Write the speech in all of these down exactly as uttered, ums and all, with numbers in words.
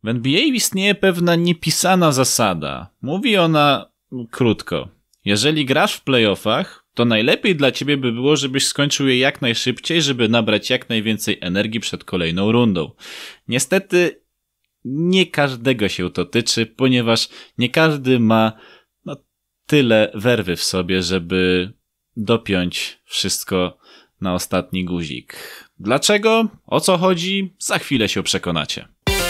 W N B A istnieje pewna niepisana zasada. Mówi ona krótko. Jeżeli grasz w playoffach, to najlepiej dla ciebie by było, żebyś skończył je jak najszybciej, żeby nabrać jak najwięcej energii przed kolejną rundą. Niestety nie każdego się to tyczy, ponieważ nie każdy ma no, tyle werwy w sobie, żeby dopiąć wszystko na ostatni guzik. Dlaczego? O co chodzi? Za chwilę się przekonacie.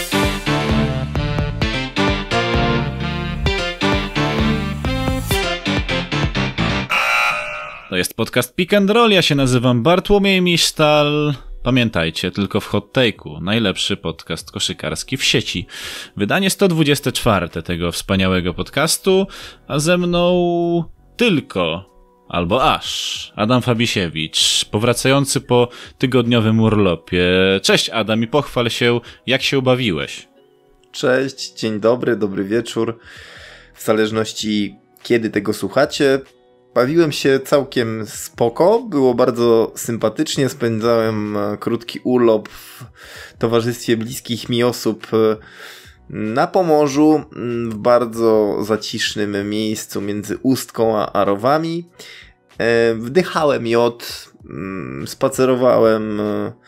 To jest podcast Pick and Roll, ja się nazywam Bartłomiej Misztal. Pamiętajcie, tylko w hot take'u, najlepszy podcast koszykarski w sieci. Wydanie sto dwudzieste czwarte tego wspaniałego podcastu, a ze mną tylko, albo aż, Adam Fabisiewicz, powracający po tygodniowym urlopie. Cześć Adam i pochwal się, jak się bawiłeś. Cześć, dzień dobry, dobry wieczór. W zależności kiedy tego słuchacie. Bawiłem się całkiem spoko, było bardzo sympatycznie, spędzałem krótki urlop w towarzystwie bliskich mi osób na Pomorzu, w bardzo zacisznym miejscu między Ustką a Arowami. Wdychałem jod, spacerowałem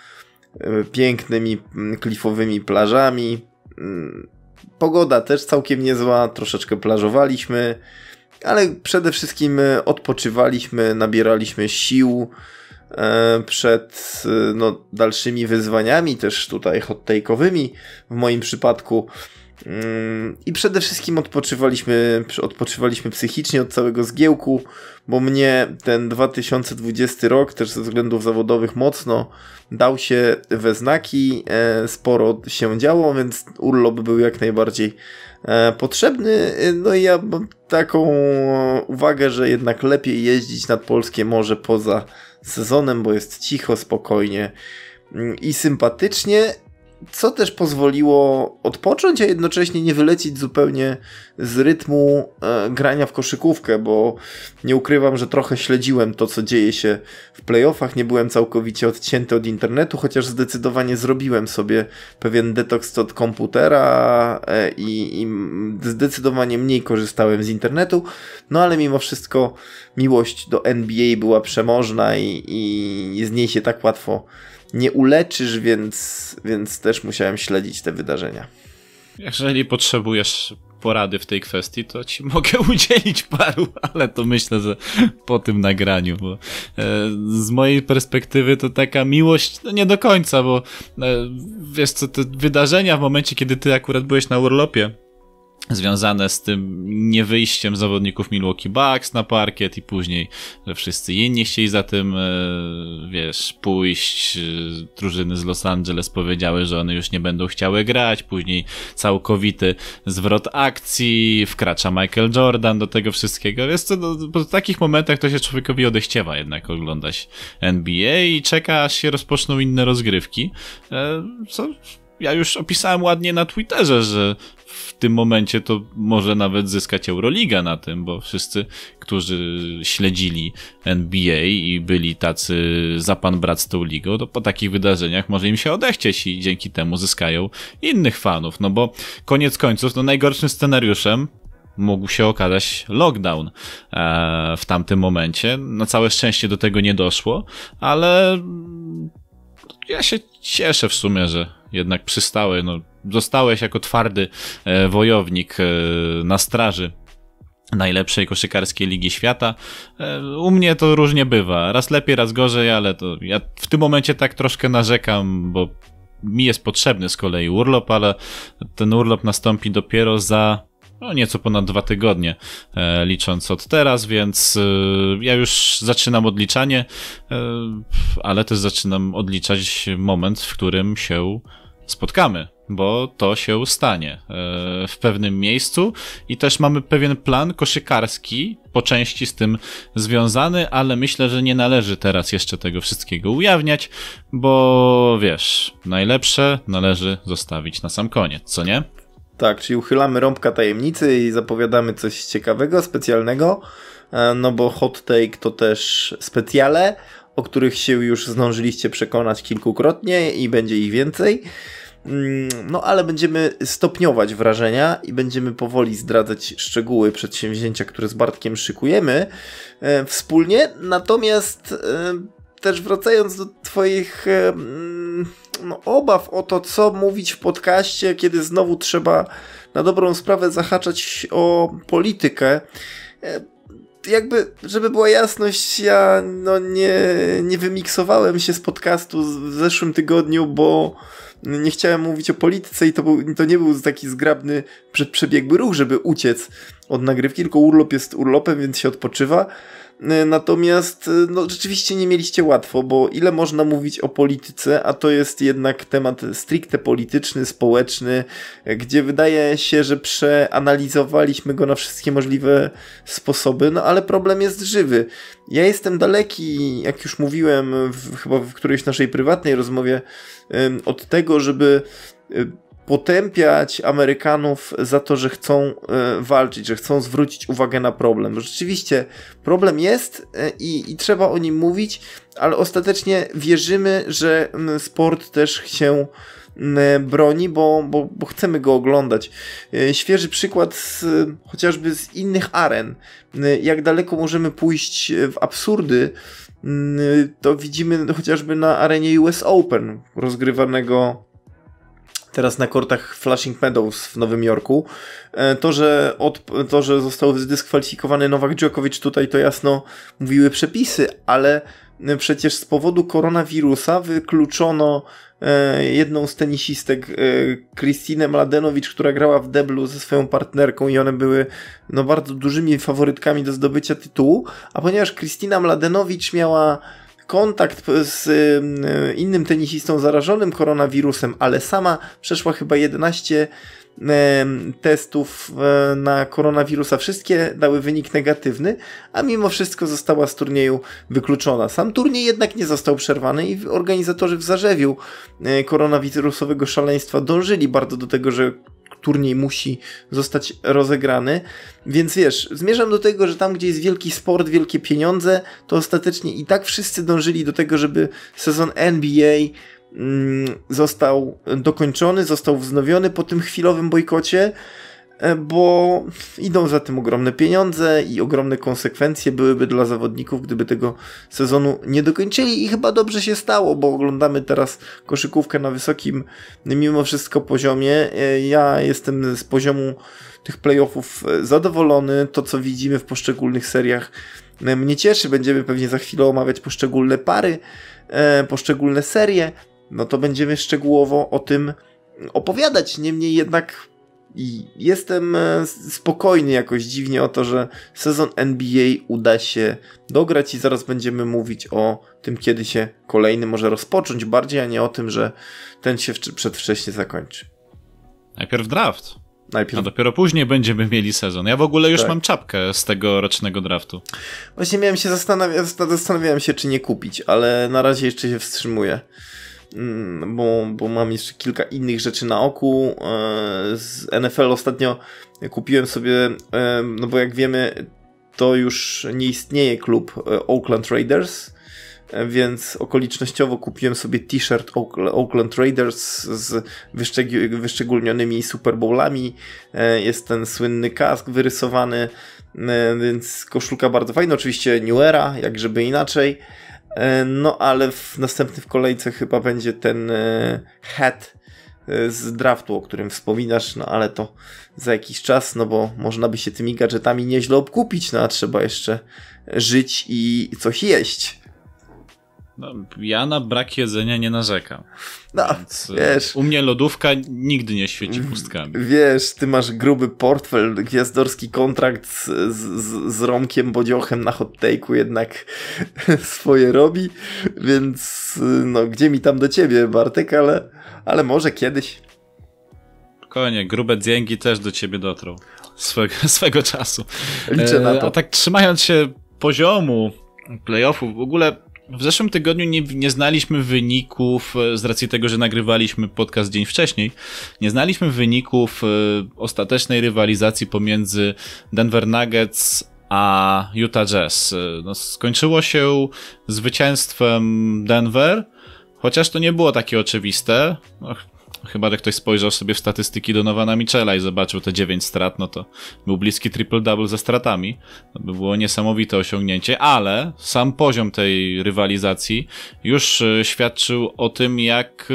pięknymi klifowymi plażami. Pogoda też całkiem niezła, troszeczkę plażowaliśmy. Ale przede wszystkim odpoczywaliśmy, nabieraliśmy sił przed no, dalszymi wyzwaniami, też tutaj hot take'owymi w moim przypadku. I przede wszystkim odpoczywaliśmy, odpoczywaliśmy psychicznie od całego zgiełku, bo mnie ten dwa tysiące dwudziesty rok też ze względów zawodowych mocno dał się we znaki, sporo się działo, więc urlop był jak najbardziej potrzebny. No i ja mam taką uwagę, że jednak lepiej jeździć nad polskie morze poza sezonem, bo jest cicho, spokojnie i sympatycznie, co też pozwoliło odpocząć, a jednocześnie nie wylecieć zupełnie z rytmu e, grania w koszykówkę, bo nie ukrywam, że trochę śledziłem to, co dzieje się w playoffach, nie byłem całkowicie odcięty od internetu, chociaż zdecydowanie zrobiłem sobie pewien detoks od komputera e, i, i zdecydowanie mniej korzystałem z internetu, no ale mimo wszystko miłość do N B A była przemożna i, i z niej się tak łatwo nie uleczysz, więc, więc też musiałem śledzić te wydarzenia. Jeżeli potrzebujesz porady w tej kwestii, to ci mogę udzielić paru, ale to myślę, że po tym nagraniu, bo e, z mojej perspektywy to taka miłość, no nie do końca, bo e, wiesz co, te wydarzenia w momencie, kiedy ty akurat byłeś na urlopie, związane z tym niewyjściem zawodników Milwaukee Bucks na parkiet i później, że wszyscy inni chcieli za tym, wiesz, pójść. Drużyny z Los Angeles powiedziały, że one już nie będą chciały grać. Później całkowity zwrot akcji, wkracza Michael Jordan do tego wszystkiego. Wiesz co, no, po takich momentach to się człowiekowi odechciewa jednak oglądać N B A i czeka, aż się rozpoczną inne rozgrywki. Co ja już opisałem ładnie na Twitterze, że w tym momencie to może nawet zyskać Euroliga na tym, bo wszyscy, którzy śledzili N B A i byli tacy za pan brat z tą ligą, to po takich wydarzeniach może im się odechcieć i dzięki temu zyskają innych fanów, no bo koniec końców, no najgorszym scenariuszem mógł się okazać lockdown e, w tamtym momencie. Na całe szczęście do tego nie doszło, ale ja się cieszę w sumie, że jednak przystały, no zostałeś jako twardy e, wojownik e, na straży najlepszej koszykarskiej ligi świata. E, u mnie to różnie bywa, raz lepiej, raz gorzej, ale to ja w tym momencie tak troszkę narzekam, bo mi jest potrzebny z kolei urlop, ale ten urlop nastąpi dopiero za no nieco ponad dwa tygodnie, e, licząc od teraz, więc e, ja już zaczynam odliczanie, e, ale też zaczynam odliczać moment, w którym się spotkamy, bo to się stanie e, w pewnym miejscu i też mamy pewien plan koszykarski, po części z tym związany, ale myślę, że nie należy teraz jeszcze tego wszystkiego ujawniać, bo wiesz, najlepsze należy zostawić na sam koniec, co nie? Tak, czyli uchylamy rąbka tajemnicy i zapowiadamy coś ciekawego, specjalnego, no bo hot take to też specjale, o których się już zdążyliście przekonać kilkukrotnie i będzie ich więcej. No ale będziemy stopniować wrażenia i będziemy powoli zdradzać szczegóły przedsięwzięcia, które z Bartkiem szykujemy e, wspólnie. Natomiast e, też wracając do twoich e, no, obaw o to, co mówić w podcaście, kiedy znowu trzeba na dobrą sprawę zahaczać o politykę. E, jakby, żeby była jasność, ja no, nie, nie wymiksowałem się z podcastu w zeszłym tygodniu, bo nie chciałem mówić o polityce i to, był, to nie był taki zgrabny, przebiegły ruch, żeby uciec od nagrywki, tylko urlop jest urlopem, więc się odpoczywa. Natomiast no, rzeczywiście nie mieliście łatwo, bo ile można mówić o polityce, a to jest jednak temat stricte polityczny, społeczny, gdzie wydaje się, że przeanalizowaliśmy go na wszystkie możliwe sposoby, no ale problem jest żywy. Ja jestem daleki, jak już mówiłem w, chyba w którejś naszej prywatnej rozmowie, od tego, żeby potępiać Amerykanów za to, że chcą e, walczyć, że chcą zwrócić uwagę na problem. Rzeczywiście problem jest e, i, i trzeba o nim mówić, ale ostatecznie wierzymy, że m, sport też się m, broni, bo, bo, bo chcemy go oglądać. E, świeży przykład z, chociażby z innych aren. E, jak daleko możemy pójść w absurdy, m, to widzimy chociażby na arenie U S Open rozgrywanego teraz na kortach Flushing Meadows w Nowym Jorku. To, że, od, to, że został zdyskwalifikowany Nowak Djokovic, tutaj to jasno mówiły przepisy, ale przecież z powodu koronawirusa wykluczono jedną z tenisistek, Kristinę Mladenovic, która grała w deblu ze swoją partnerką i one były no, bardzo dużymi faworytkami do zdobycia tytułu, a ponieważ Kristina Mladenovic miała kontakt z y, innym tenisistą zarażonym koronawirusem, ale sama przeszła chyba jedenaście y, testów y, na koronawirusa. Wszystkie dały wynik negatywny, a mimo wszystko została z turnieju wykluczona. Sam turniej jednak nie został przerwany i organizatorzy w zarzewiu y, koronawirusowego szaleństwa dążyli bardzo do tego, że turniej musi zostać rozegrany, więc wiesz, zmierzam do tego, że tam, gdzie jest wielki sport, wielkie pieniądze, to ostatecznie i tak wszyscy dążyli do tego, żeby sezon N B A mm, został dokończony, został wznowiony po tym chwilowym bojkocie, bo idą za tym ogromne pieniądze i ogromne konsekwencje byłyby dla zawodników, gdyby tego sezonu nie dokończyli i chyba dobrze się stało, bo oglądamy teraz koszykówkę na wysokim mimo wszystko poziomie. Ja jestem z poziomu tych playoffów zadowolony. To, co widzimy w poszczególnych seriach, mnie cieszy. Będziemy pewnie za chwilę omawiać poszczególne pary, poszczególne serie. No to będziemy szczegółowo o tym opowiadać. Niemniej jednak i jestem spokojny jakoś dziwnie o to, że sezon N B A uda się dograć i zaraz będziemy mówić o tym, kiedy się kolejny może rozpocząć bardziej, a nie o tym, że ten się przedwcześnie zakończy. Najpierw draft. Najpierw... A dopiero później będziemy mieli sezon. Ja w ogóle już tak. mam czapkę z tego rocznego draftu. Właśnie miałem się zastanawiać, zastanawiałem się, czy nie kupić, ale na razie jeszcze się wstrzymuję. Bo, bo mam jeszcze kilka innych rzeczy na oku. Z N F L ostatnio kupiłem sobie, no bo jak wiemy, to już nie istnieje klub Oakland Raiders, więc okolicznościowo kupiłem sobie t-shirt Oakland Raiders z wyszczeg- wyszczególnionymi Super Bowlami. Jest ten słynny kask wyrysowany, więc koszulka bardzo fajna. Oczywiście New Era, jak żeby inaczej. No ale w następny w kolejce chyba będzie ten hat z draftu, o którym wspominasz, no ale to za jakiś czas, no bo można by się tymi gadżetami nieźle obkupić, no a trzeba jeszcze żyć i coś jeść. No, ja na brak jedzenia nie narzekam. No, więc wiesz, u mnie lodówka nigdy nie świeci pustkami. Wiesz, ty masz gruby portfel, gwiazdorski kontrakt z, z, z Romkiem Bodziochem na hot take'u jednak swoje robi, więc no gdzie mi tam do ciebie, Bartek, ale, ale może kiedyś. Spokojnie, grube dzięki też do ciebie dotrą swego, swego czasu. Liczę na to. A tak trzymając się poziomu playoffów, w ogóle w zeszłym tygodniu nie, nie znaliśmy wyników, z racji tego, że nagrywaliśmy podcast dzień wcześniej, nie znaliśmy wyników y, ostatecznej rywalizacji pomiędzy Denver Nuggets a Utah Jazz. Y, no, skończyło się zwycięstwem Denver, chociaż to nie było takie oczywiste. No, Chyba, że ktoś spojrzał sobie w statystyki Donowana Mitchella i zobaczył te dziewięć strat, no to był bliski triple-double ze stratami. To by było niesamowite osiągnięcie, ale sam poziom tej rywalizacji już świadczył o tym, jak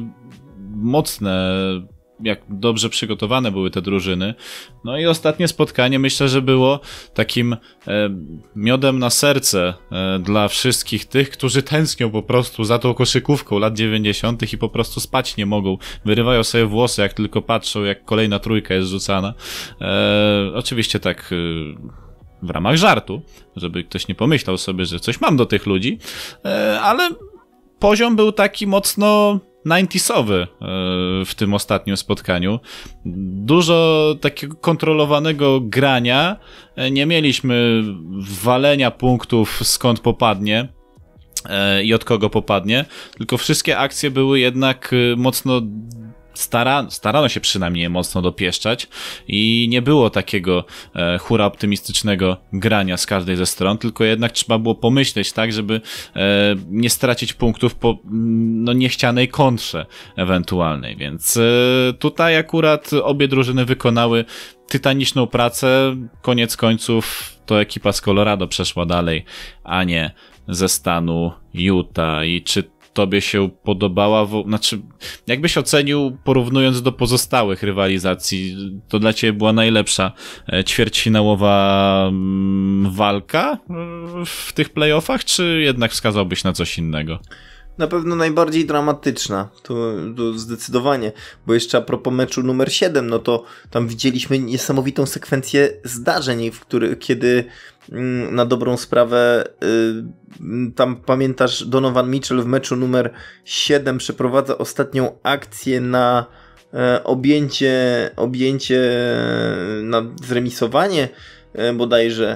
mocne, jak dobrze przygotowane były te drużyny. No i ostatnie spotkanie myślę, że było takim e, miodem na serce e, dla wszystkich tych, którzy tęsknią po prostu za tą koszykówką lat dziewięćdziesiątych i po prostu spać nie mogą. Wyrywają sobie włosy, jak tylko patrzą, jak kolejna trójka jest rzucana. E, oczywiście tak e, w ramach żartu, żeby ktoś nie pomyślał sobie, że coś mam do tych ludzi, e, ale poziom był taki mocno dziewięćdziesiątowy w tym ostatnim spotkaniu. Dużo takiego kontrolowanego grania. Nie mieliśmy walenia punktów skąd popadnie i od kogo popadnie, tylko wszystkie akcje były jednak mocno Stara, starano się przynajmniej mocno dopieszczać i nie było takiego e, hura optymistycznego grania z każdej ze stron, tylko jednak trzeba było pomyśleć tak, żeby e, nie stracić punktów po no, niechcianej kontrze ewentualnej, więc e, tutaj akurat obie drużyny wykonały tytaniczną pracę. Koniec końców to ekipa z Colorado przeszła dalej, a nie ze stanu Utah. I czy tobie się podobała, w... znaczy jakbyś ocenił, porównując do pozostałych rywalizacji, to dla ciebie była najlepsza ćwierćfinałowa walka w tych playoffach, czy jednak wskazałbyś na coś innego? Na pewno najbardziej dramatyczna, to, to zdecydowanie, bo jeszcze a propos meczu numer siedem, no to tam widzieliśmy niesamowitą sekwencję zdarzeń, w których, kiedy mm, na dobrą sprawę y, tam pamiętasz, Donovan Mitchell w meczu numer siedem przeprowadza ostatnią akcję na e, objęcie, objęcie na zremisowanie e, bodajże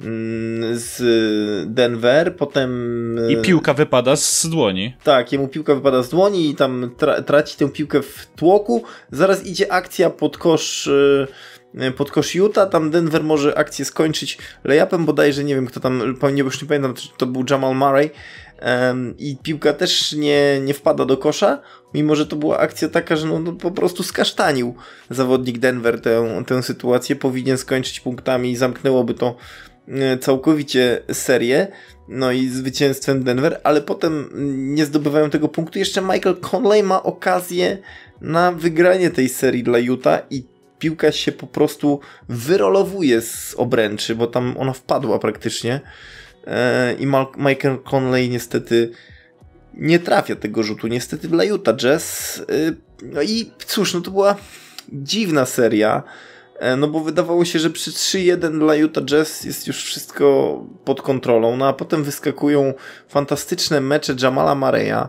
z Denver, potem... I piłka wypada z dłoni. Tak, jemu piłka wypada z dłoni i tam tra- traci tę piłkę w tłoku. Zaraz idzie akcja pod kosz, pod kosz Utah, tam Denver może akcję skończyć layupem bodajże, nie wiem kto tam, nie, już nie pamiętam, czy to był Jamal Murray. Um, i piłka też nie, nie wpada do kosza, mimo że to była akcja taka, że no, no, po prostu skasztanił zawodnik Denver tę, tę sytuację, powinien skończyć punktami i zamknęłoby to całkowicie serię, no i zwycięstwem Denver, ale potem nie zdobywają tego punktu. Jeszcze Michael Conley ma okazję na wygranie tej serii dla Utah i piłka się po prostu wyrolowuje z obręczy, bo tam ona wpadła praktycznie i Michael Conley niestety nie trafia tego rzutu, niestety dla Utah Jazz. No i cóż, no to była dziwna seria, no bo wydawało się, że przy trzy jeden dla Utah Jazz jest już wszystko pod kontrolą, no a potem wyskakują fantastyczne mecze Jamala Murray'a.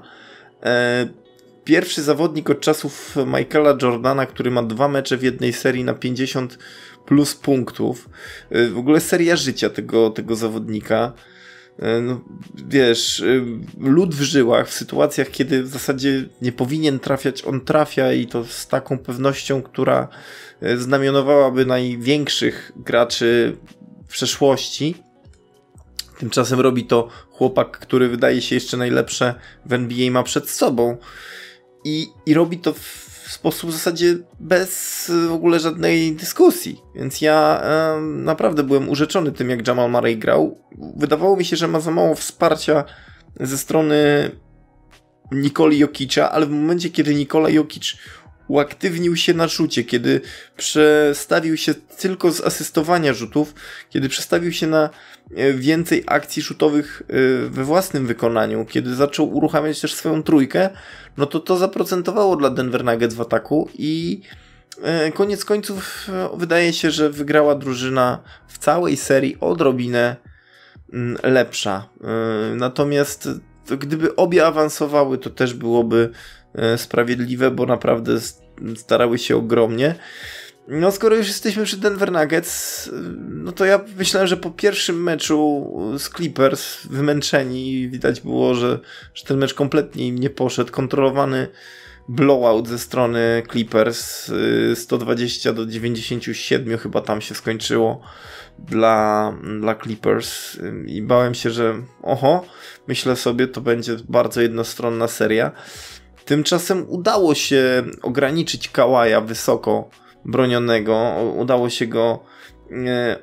Pierwszy zawodnik od czasów Michaela Jordana, który ma dwa mecze w jednej serii na pięćdziesiąt plus punktów. W ogóle seria życia tego, tego zawodnika. No, wiesz, lód w żyłach w sytuacjach, kiedy w zasadzie nie powinien trafiać, on trafia i to z taką pewnością, która znamionowałaby największych graczy w przeszłości. Tymczasem robi to chłopak, który wydaje się jeszcze najlepsze w N B A ma przed sobą i, i robi to w sposób w zasadzie bez w ogóle żadnej dyskusji. Więc ja e, naprawdę byłem urzeczony tym, jak Jamal Murray grał. Wydawało mi się, że ma za mało wsparcia ze strony Nikoli Jokicza, ale w momencie, kiedy Nikola Jokic uaktywnił się na rzucie, kiedy przestawił się tylko z asystowania rzutów, kiedy przestawił się na więcej akcji rzutowych we własnym wykonaniu, kiedy zaczął uruchamiać też swoją trójkę, no to to zaprocentowało dla Denver Nuggets w ataku i koniec końców wydaje się, że wygrała drużyna w całej serii odrobinę lepsza. Natomiast gdyby obie awansowały, to też byłoby sprawiedliwe, bo naprawdę starały się ogromnie. No skoro już jesteśmy przy Denver Nuggets, no to ja myślałem, że po pierwszym meczu z Clippers wymęczeni, widać było, że, że ten mecz kompletnie im nie poszedł. Kontrolowany blowout ze strony Clippers, sto dwadzieścia do dziewięćdziesięciu siedmiu chyba tam się skończyło dla, dla Clippers i bałem się, że oho, myślę sobie, to będzie bardzo jednostronna seria. Tymczasem udało się ograniczyć Kawaja wysoko bronionego, udało się go e,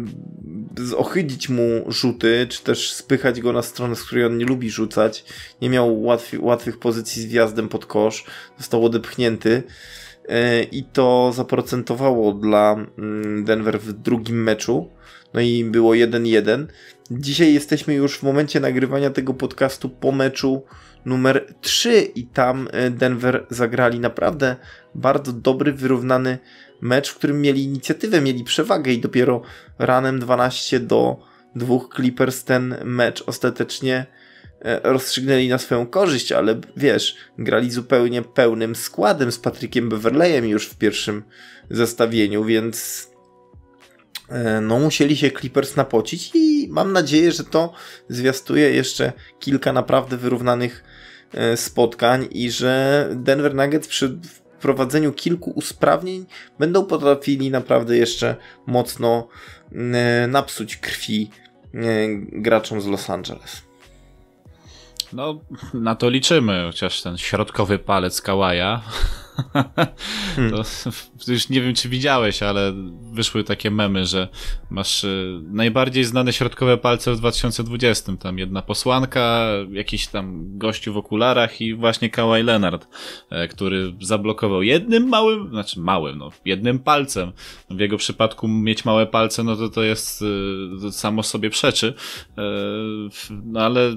ochylić mu rzuty, czy też spychać go na stronę, z której on nie lubi rzucać. Nie miał łatwy, łatwych pozycji z wjazdem pod kosz, został odepchnięty e, i to zaprocentowało dla mm, Denver w drugim meczu. No i było jeden jeden. Dzisiaj jesteśmy już w momencie nagrywania tego podcastu po meczu numer trzy i tam Denver zagrali naprawdę bardzo dobry, wyrównany mecz, w którym mieli inicjatywę, mieli przewagę i dopiero ranem dwanaście do dwóch Clippers ten mecz ostatecznie rozstrzygnęli na swoją korzyść, ale wiesz, grali zupełnie pełnym składem z Patrickiem Beverleyem już w pierwszym zestawieniu, więc no musieli się Clippers napocić i mam nadzieję, że to zwiastuje jeszcze kilka naprawdę wyrównanych spotkań i że Denver Nuggets przy wprowadzeniu kilku usprawnień będą potrafili naprawdę jeszcze mocno napsuć krwi graczom z Los Angeles. No, na to liczymy, chociaż ten środkowy palec Kawaja hmm. to już nie wiem, czy widziałeś, ale wyszły takie memy, że masz y, najbardziej znane środkowe palce w dwa tysiące dwudziestym. Tam jedna posłanka, jakiś tam gościu w okularach i właśnie Kawhi Leonard, y, który zablokował jednym małym, znaczy małym, no jednym palcem. W jego przypadku mieć małe palce, no to to jest y, to samo sobie przeczy. Y, no ale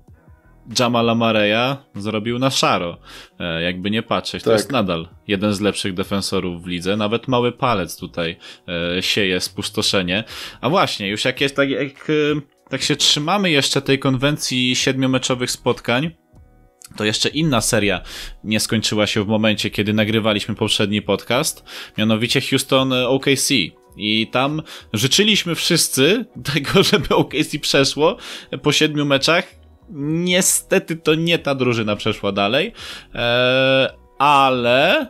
Jamala Murray'a zrobił na szaro, e, jakby nie patrzeć. To tak. Jest nadal jeden z lepszych defensorów w lidze. Nawet mały palec tutaj e, sieje spustoszenie. A właśnie, już jak jest tak, jak, tak się trzymamy jeszcze tej konwencji siedmiomeczowych spotkań, to jeszcze inna seria nie skończyła się w momencie, kiedy nagrywaliśmy poprzedni podcast, mianowicie Houston O K C. I tam życzyliśmy wszyscy tego, żeby O K C przeszło po siedmiu meczach. Niestety to nie ta drużyna przeszła dalej, eee, ale,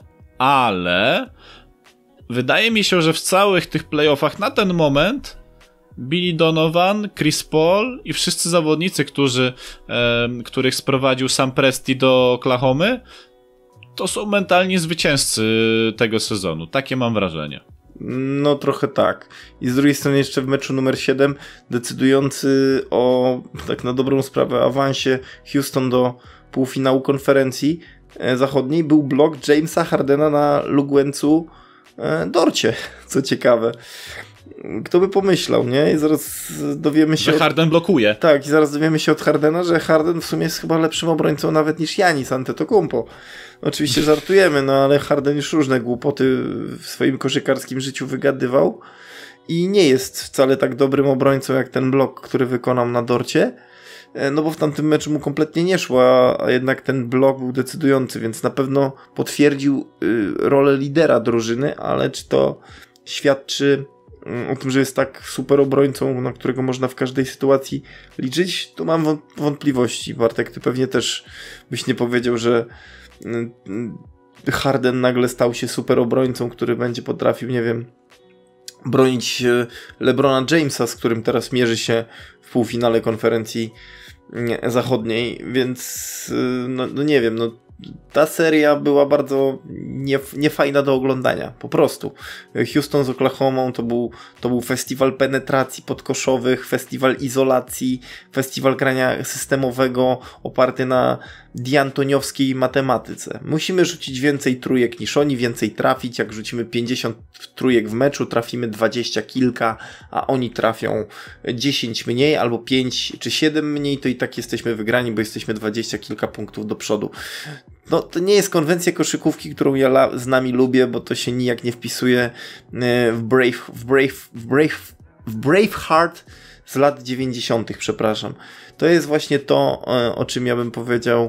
ale wydaje mi się, że w całych tych playoffach na ten moment Billy Donovan, Chris Paul i wszyscy zawodnicy, którzy, e, których sprowadził Sam Presti do Oklahomy, to są mentalni zwycięzcy tego sezonu. Takie mam wrażenie. No trochę tak. I z drugiej strony jeszcze w meczu numer siedem decydujący o, tak na dobrą sprawę, awansie Houston do półfinału konferencji zachodniej był blok Jamesa Hardena na Lugwencu Dorcie. Co ciekawe. Kto by pomyślał, nie? I zaraz dowiemy się... Że Harden blokuje. Tak, i zaraz dowiemy się od Hardena, że Harden w sumie jest chyba lepszym obrońcą nawet niż Giannis Antetokounmpo. Oczywiście żartujemy, no ale Harden już różne głupoty w swoim koszykarskim życiu wygadywał i nie jest wcale tak dobrym obrońcą jak ten blok, który wykonał na Dorcie, no bo w tamtym meczu mu kompletnie nie szło, a jednak ten blok był decydujący, więc na pewno potwierdził rolę lidera drużyny, ale czy to świadczy o tym, że jest tak super obrońcą, na którego można w każdej sytuacji liczyć, to mam wątpliwości. Bartek, ty pewnie też byś nie powiedział, że Harden nagle stał się super obrońcą, który będzie potrafił, nie wiem, bronić LeBrona Jamesa, z którym teraz mierzy się w półfinale konferencji zachodniej, więc no, no nie wiem, no ta seria była bardzo niefajna do oglądania, po prostu. Houston z Oklahomą to był, to był festiwal penetracji podkoszowych, festiwal izolacji, festiwal grania systemowego oparty na diantoniowskiej matematyce. Musimy rzucić więcej trójek niż oni, więcej trafić. Jak rzucimy pięćdziesiąt trójek w meczu, trafimy dwadzieścia kilka, a oni trafią dziesięć mniej, albo pięć czy siedem mniej, to i tak jesteśmy wygrani, bo jesteśmy dwadzieścia kilka punktów do przodu. No, to nie jest konwencja koszykówki, którą ja la- z nami lubię, bo to się nijak nie wpisuje w Brave, w Brave, w Brave, w Braveheart z lat dziewięćdziesiątych, przepraszam. To jest właśnie to, o czym ja bym powiedział,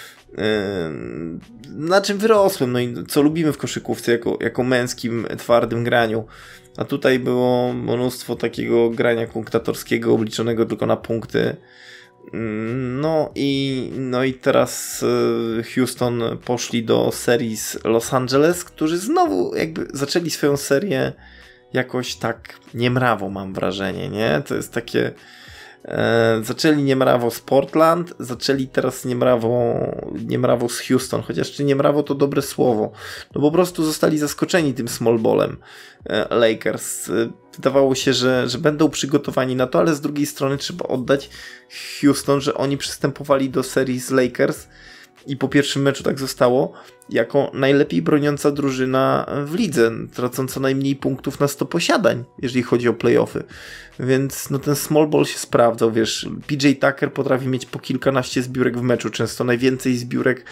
na czym wyrosłem, no i co lubimy w koszykówce jako, jako męskim, twardym graniu. A tutaj było mnóstwo takiego grania punktatorskiego, obliczonego tylko na punkty. No i, no i teraz Houston poszli do serii z Los Angeles, którzy znowu jakby zaczęli swoją serię jakoś tak niemrawo, mam wrażenie, nie? To jest takie E, zaczęli niemrawo z Portland, zaczęli teraz niemrawo, niemrawo z Houston, chociaż czy niemrawo to dobre słowo. No po prostu zostali zaskoczeni tym small ballem e, Lakers. E, wydawało się, że, że będą przygotowani na to, ale z drugiej strony trzeba oddać Houston, że oni przystępowali do serii z Lakers i po pierwszym meczu tak zostało, jako najlepiej broniąca drużyna w lidze, tracąca najmniej punktów na sto posiadań, jeżeli chodzi o playoffy. Więc no ten small ball się sprawdzał, wiesz, P J Tucker potrafi mieć po kilkanaście zbiórek w meczu, często najwięcej zbiórek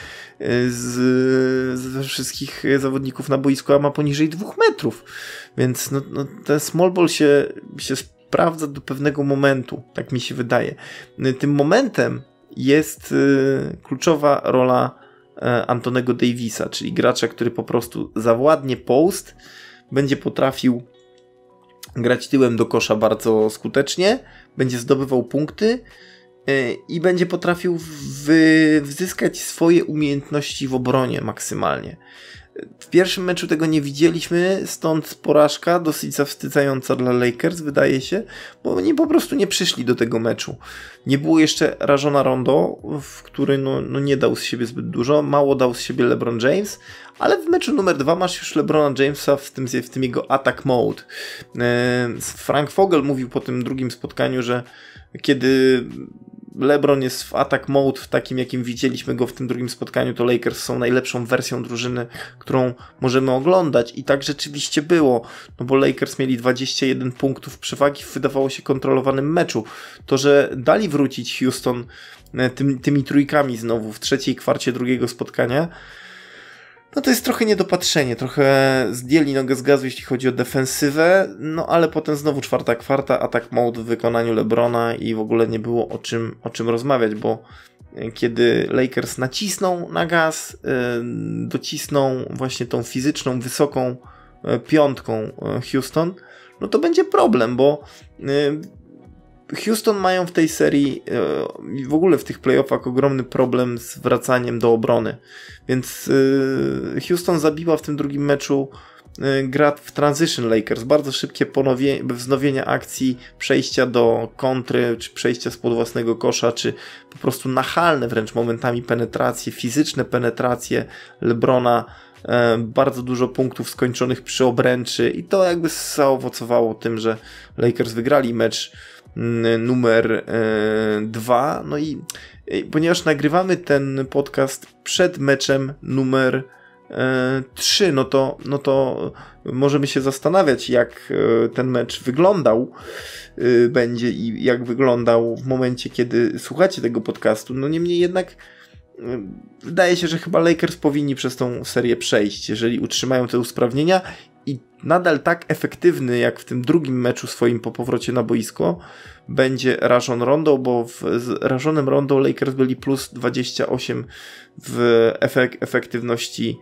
z, ze wszystkich zawodników na boisku, a ma poniżej dwóch metrów. Więc no, no ten small ball się, się sprawdza do pewnego momentu, tak mi się wydaje. Tym momentem jest y, kluczowa rola y, Antonego Davisa, czyli gracza, który po prostu zawładnie post, będzie potrafił grać tyłem do kosza bardzo skutecznie, będzie zdobywał punkty y, i będzie potrafił wy, wzyskać swoje umiejętności w obronie maksymalnie. W pierwszym meczu tego nie widzieliśmy, stąd porażka dosyć zawstydzająca dla Lakers, wydaje się, bo oni po prostu nie przyszli do tego meczu. Nie było jeszcze Rajona Rondo, w który no, no nie dał z siebie zbyt dużo, mało dał z siebie LeBron James, ale w meczu numer dwa masz już LeBrona Jamesa w tym, w tym jego attack mode. Frank Vogel mówił po tym drugim spotkaniu, że kiedy LeBron jest w attack mode, w takim jakim widzieliśmy go w tym drugim spotkaniu, to Lakers są najlepszą wersją drużyny, którą możemy oglądać i tak rzeczywiście było, no bo Lakers mieli dwadzieścia jeden punktów przewagi w wydawało się kontrolowanym meczu. To, że dali wrócić Houston tym, tymi trójkami znowu w trzeciej kwarcie drugiego spotkania, no to jest trochę niedopatrzenie, trochę zdjęli nogę z gazu, jeśli chodzi o defensywę, no ale potem znowu czwarta kwarta, attack mode w wykonaniu LeBrona i w ogóle nie było o czym, o czym rozmawiać, bo kiedy Lakers nacisną na gaz, yy, docisną właśnie tą fizyczną, wysoką yy, piątką yy, Houston, no to będzie problem, bo yy, Houston mają w tej serii i w ogóle w tych playoffach ogromny problem z wracaniem do obrony. Więc Houston zabiła w tym drugim meczu gra w transition Lakers. Bardzo szybkie ponowie, wznowienia akcji, przejścia do kontry, czy przejścia spod własnego kosza, czy po prostu nachalne wręcz momentami penetracje, fizyczne penetracje LeBrona. Bardzo dużo punktów skończonych przy obręczy i to jakby zaowocowało tym, że Lakers wygrali mecz numer dwa. No i ponieważ nagrywamy ten podcast przed meczem numer trzy, no to, no to możemy się zastanawiać, jak ten mecz wyglądał będzie i jak wyglądał w momencie, kiedy słuchacie tego podcastu. No niemniej jednak wydaje się, że chyba Lakers powinni przez tą serię przejść, jeżeli utrzymają te usprawnienia i nadal tak efektywny jak w tym drugim meczu swoim po powrocie na boisko będzie Rajon Rondo, bo w, z Rajonem Rondo Lakers byli plus dwadzieścia osiem w efek- efektywności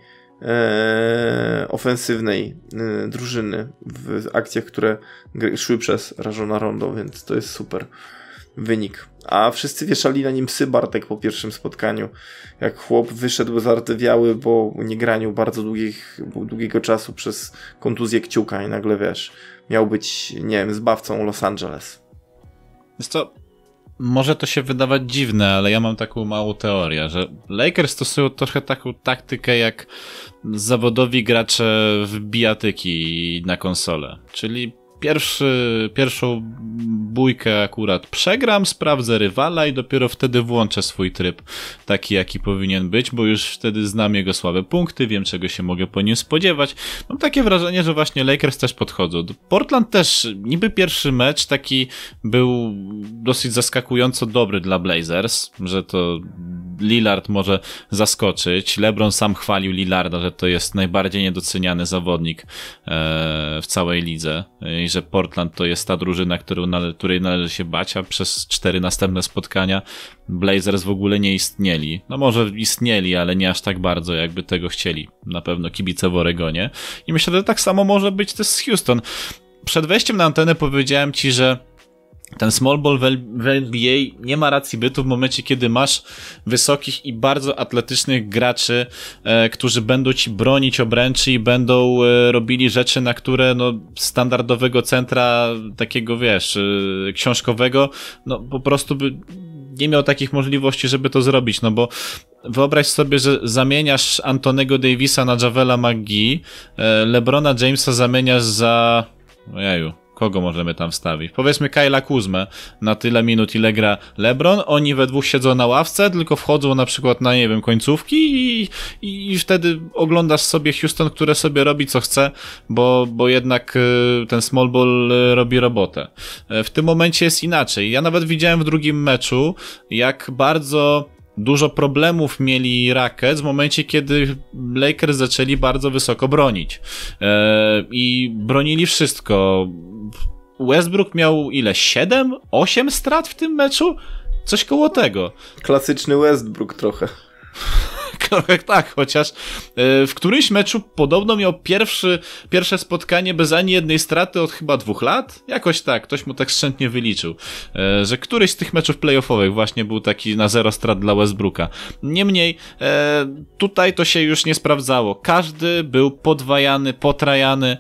e, ofensywnej e, drużyny w akcjach, które szły przez Rajona Rondo, więc to jest super wynik. A wszyscy wieszali na nim psy, Bartek, po pierwszym spotkaniu. Jak chłop wyszedł zardzewiały po niegraniu bardzo długich, długiego czasu przez kontuzję kciuka i nagle, wiesz, miał być, nie wiem, zbawcą Los Angeles. Wiesz co, może to się wydawać dziwne, ale ja mam taką małą teorię, że Lakers stosują trochę taką taktykę jak zawodowi gracze w bijatyki na konsolę, czyli Pierwszy, pierwszą bójkę akurat przegram, sprawdzę rywala i dopiero wtedy włączę swój tryb taki, jaki powinien być, bo już wtedy znam jego słabe punkty, wiem, czego się mogę po nim spodziewać. Mam takie wrażenie, że właśnie Lakers też podchodzą. Portland też, niby pierwszy mecz taki był dosyć zaskakująco dobry dla Blazers, że to Lillard może zaskoczyć. LeBron sam chwalił Lillarda, że to jest najbardziej niedoceniany zawodnik w całej lidze i że Portland to jest ta drużyna, którą nale- której należy się bać, a przez cztery następne spotkania Blazers w ogóle nie istnieli. No może istnieli, ale nie aż tak bardzo, jakby tego chcieli. Na pewno kibice w Oregonie. I myślę, że tak samo może być też z Houston. Przed wejściem na antenę powiedziałem ci, że ten small ball w N B A nie ma racji bytu w momencie, kiedy masz wysokich i bardzo atletycznych graczy, e, którzy będą ci bronić obręczy i będą e, robili rzeczy, na które no, standardowego centra takiego, wiesz, e, książkowego, no po prostu by nie miał takich możliwości, żeby to zrobić, no bo wyobraź sobie, że zamieniasz Antonego Davisa na Javela McGee, e, LeBrona Jamesa zamieniasz za... ojeju, kogo możemy tam wstawić? Powiedzmy Kyla Kuzmę na tyle minut, ile gra LeBron, oni we dwóch siedzą na ławce, tylko wchodzą na przykład na, nie wiem, końcówki i, i, i wtedy oglądasz sobie Houston, które sobie robi co chce, bo, bo jednak ten small ball robi robotę. W tym momencie jest inaczej. Ja nawet widziałem w drugim meczu, jak bardzo dużo problemów mieli Rockets w momencie, kiedy Lakers zaczęli bardzo wysoko bronić. Eee, I bronili wszystko. Westbrook miał ile? siedem? osiem strat w tym meczu? Coś koło tego. Klasyczny Westbrook trochę. Tak, chociaż w którymś meczu podobno miał pierwszy, pierwsze spotkanie bez ani jednej straty od chyba dwóch lat? Jakoś tak, ktoś mu tak strzętnie wyliczył, że któryś z tych meczów playoffowych właśnie był taki na zero strat dla Westbrooka. Niemniej tutaj to się już nie sprawdzało. Każdy był podwajany, potrajany.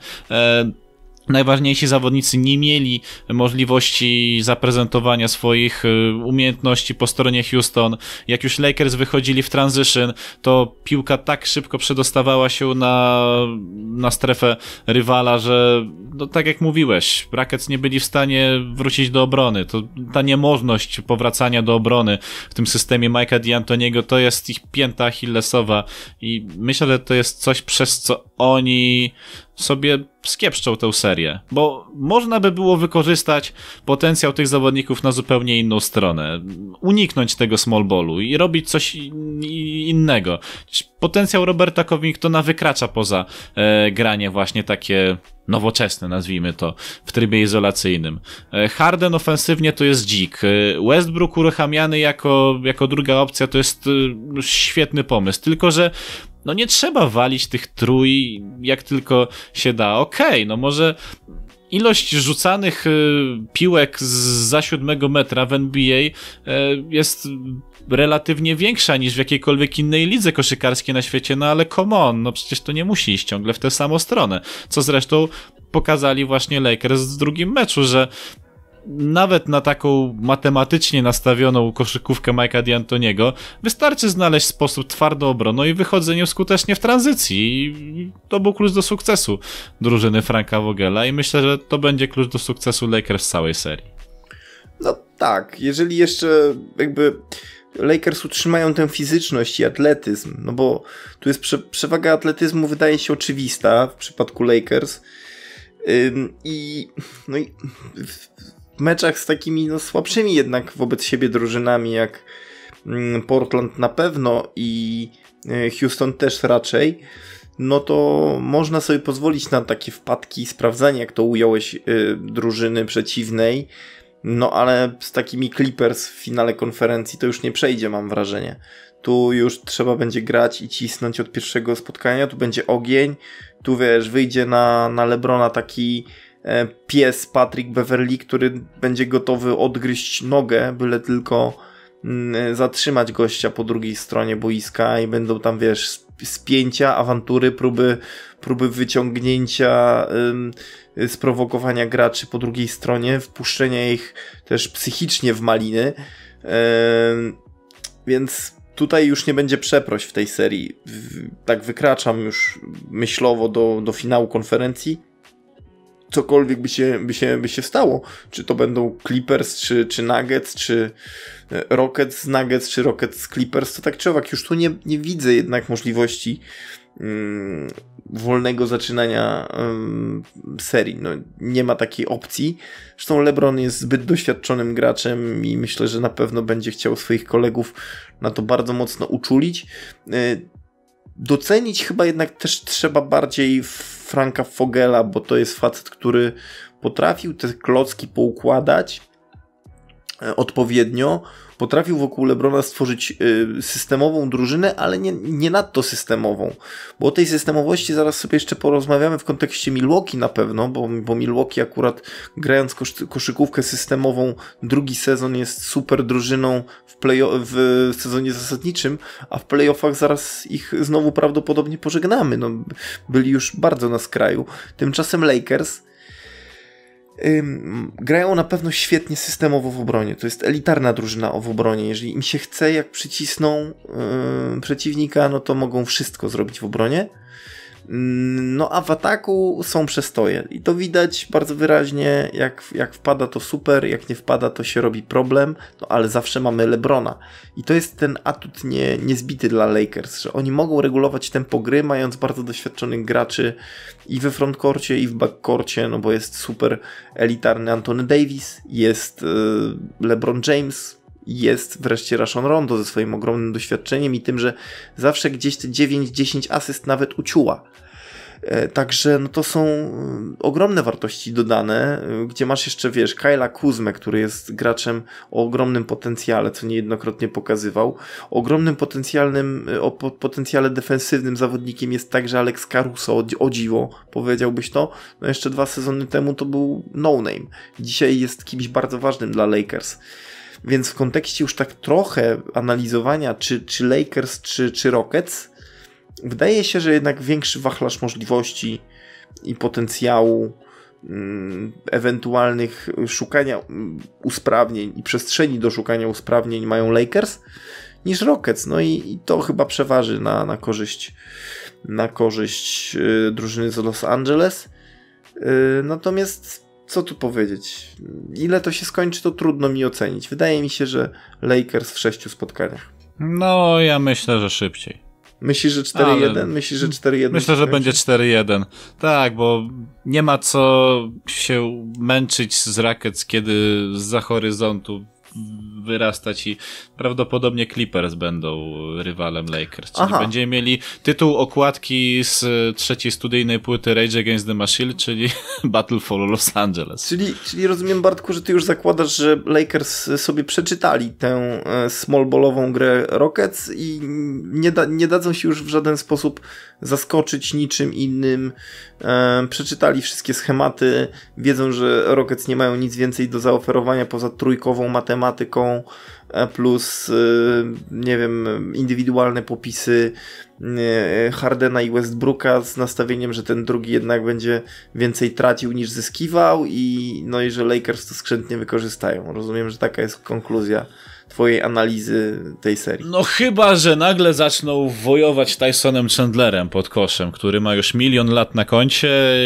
Najważniejsi zawodnicy nie mieli możliwości zaprezentowania swoich umiejętności po stronie Houston. Jak już Lakers wychodzili w transition, to piłka tak szybko przedostawała się na, na strefę rywala, że no, tak jak mówiłeś, Rockets nie byli w stanie wrócić do obrony. To ta niemożność powracania do obrony w tym systemie Mike'a D'Antoniego to jest ich pięta achillesowa i myślę, że to jest coś, przez co oni sobie skiepszczą tę serię, bo można by było wykorzystać potencjał tych zawodników na zupełnie inną stronę, uniknąć tego small ballu i robić coś innego. Potencjał Roberta Covingtona wykracza poza e, granie właśnie takie nowoczesne, nazwijmy to, w trybie izolacyjnym. Harden ofensywnie to jest dzik. Westbrook uruchamiany jako, jako druga opcja to jest świetny pomysł, tylko że no nie trzeba walić tych trój jak tylko się da. Okej, okay, no może ilość rzucanych piłek za siódmego metra w N B A jest relatywnie większa niż w jakiejkolwiek innej lidze koszykarskiej na świecie, no ale come on, no przecież to nie musi iść ciągle w tę samą stronę, co zresztą pokazali właśnie Lakers w drugim meczu, że nawet na taką matematycznie nastawioną koszykówkę Mike'a D'Antoniego wystarczy znaleźć sposób twardą obroną i wychodzeniu skutecznie w tranzycji. I to był klucz do sukcesu drużyny Franka Vogela i myślę, że to będzie klucz do sukcesu Lakers w całej serii. No tak, jeżeli jeszcze jakby Lakers utrzymają tę fizyczność i atletyzm, no bo tu jest prze- przewaga atletyzmu wydaje się oczywista w przypadku Lakers Ym, i no i w, w meczach z takimi no, słabszymi jednak wobec siebie drużynami jak Portland na pewno i Houston też raczej, no to można sobie pozwolić na takie wpadki, sprawdzanie jak to ująłeś yy, drużyny przeciwnej, no ale z takimi Clippers w finale konferencji to już nie przejdzie, mam wrażenie. Tu już trzeba będzie grać i cisnąć od pierwszego spotkania, tu będzie ogień, tu wiesz, wyjdzie na, na LeBrona taki e, pies Patrick Beverley, który będzie gotowy odgryźć nogę, byle tylko m, zatrzymać gościa po drugiej stronie boiska i będą tam, wiesz, spięcia, awantury, próby, próby wyciągnięcia, ym, sprowokowania graczy po drugiej stronie, wpuszczenia ich też psychicznie w maliny, ym, więc tutaj już nie będzie przeproś w tej serii. Tak wykraczam już myślowo do, do finału konferencji. Cokolwiek by się, by się, by się stało. Czy to będą Clippers, czy, czy Nuggets, czy Rockets z Nuggets, czy Rockets z Clippers, to tak czy owak już tu nie, nie widzę jednak możliwości um, wolnego zaczynania um, serii. No, nie ma takiej opcji. Zresztą LeBron jest zbyt doświadczonym graczem i myślę, że na pewno będzie chciał swoich kolegów na to bardzo mocno uczulić. Docenić chyba jednak też trzeba bardziej Franka Vogela, bo to jest facet, który potrafił te klocki poukładać odpowiednio, potrafił wokół LeBrona stworzyć y, systemową drużynę, ale nie, nie nadto systemową, bo o tej systemowości zaraz sobie jeszcze porozmawiamy w kontekście Milwaukee na pewno, bo, bo Milwaukee akurat grając kosz, koszykówkę systemową drugi sezon jest super drużyną w, play, w sezonie zasadniczym, a w playoffach zaraz ich znowu prawdopodobnie pożegnamy, no, byli już bardzo na skraju. Tymczasem Lakers Ym, grają na pewno świetnie systemowo w obronie. To jest elitarna drużyna w obronie. Jeżeli im się chce, jak przycisną yy, przeciwnika, no to mogą wszystko zrobić w obronie. No a w ataku są przestoje i to widać bardzo wyraźnie, jak, jak wpada to super, jak nie wpada to się robi problem, no ale zawsze mamy LeBrona i to jest ten atut nie, niezbity dla Lakers, że oni mogą regulować tempo gry, mając bardzo doświadczonych graczy i we frontcourcie i w backcourcie, no bo jest super elitarny Anthony Davis, jest yy, LeBron James, jest wreszcie Rajon Rondo ze swoim ogromnym doświadczeniem i tym, że zawsze gdzieś te dziewięć dziesięć asyst nawet uciuła. Także no to są ogromne wartości dodane, gdzie masz jeszcze, wiesz, Kyla Kuzmę, który jest graczem o ogromnym potencjale, co niejednokrotnie pokazywał. Ogromnym potencjalnym, o potencjale defensywnym zawodnikiem jest także Alex Caruso, o dziwo, powiedziałbyś to. No jeszcze dwa sezony temu to był no-name. Dzisiaj jest kimś bardzo ważnym dla Lakers. Więc w kontekście już tak trochę analizowania, czy, czy Lakers, czy, czy Rockets, wydaje się, że jednak większy wachlarz możliwości i potencjału, mm, ewentualnych szukania usprawnień i przestrzeni do szukania usprawnień mają Lakers niż Rockets. No i, i to chyba przeważy na, na korzyść, na korzyść yy, drużyny z Los Angeles. Yy, natomiast co tu powiedzieć? Ile to się skończy, to trudno mi ocenić. Wydaje mi się, że Lakers w sześciu spotkaniach. No, ja myślę, że szybciej. Myślisz, że cztery jeden? Ale... Myślisz, że cztery jeden? Myślę, że będzie cztery jeden. Tak, bo nie ma co się męczyć z Rockets, kiedy zza horyzontu wyrastać i prawdopodobnie Clippers będą rywalem Lakers. Czyli Aha. będziemy mieli tytuł okładki z trzeciej studyjnej płyty Rage Against the Machine, czyli Battle for Los Angeles. Czyli, czyli rozumiem, Bartku, że ty już zakładasz, że Lakers sobie przeczytali tę smallballową grę Rockets i nie, da, nie dadzą się już w żaden sposób zaskoczyć niczym innym. E, przeczytali wszystkie schematy, wiedzą, że Rockets nie mają nic więcej do zaoferowania poza trójkową matematyką plus, nie wiem, indywidualne popisy Hardena i Westbrooka z nastawieniem, że ten drugi jednak będzie więcej tracił niż zyskiwał i no i że Lakers to skrzętnie wykorzystają. Rozumiem, że taka jest konkluzja twojej analizy tej serii. No chyba, że nagle zaczną wojować Tysonem Chandlerem pod koszem, który ma już milion lat na koncie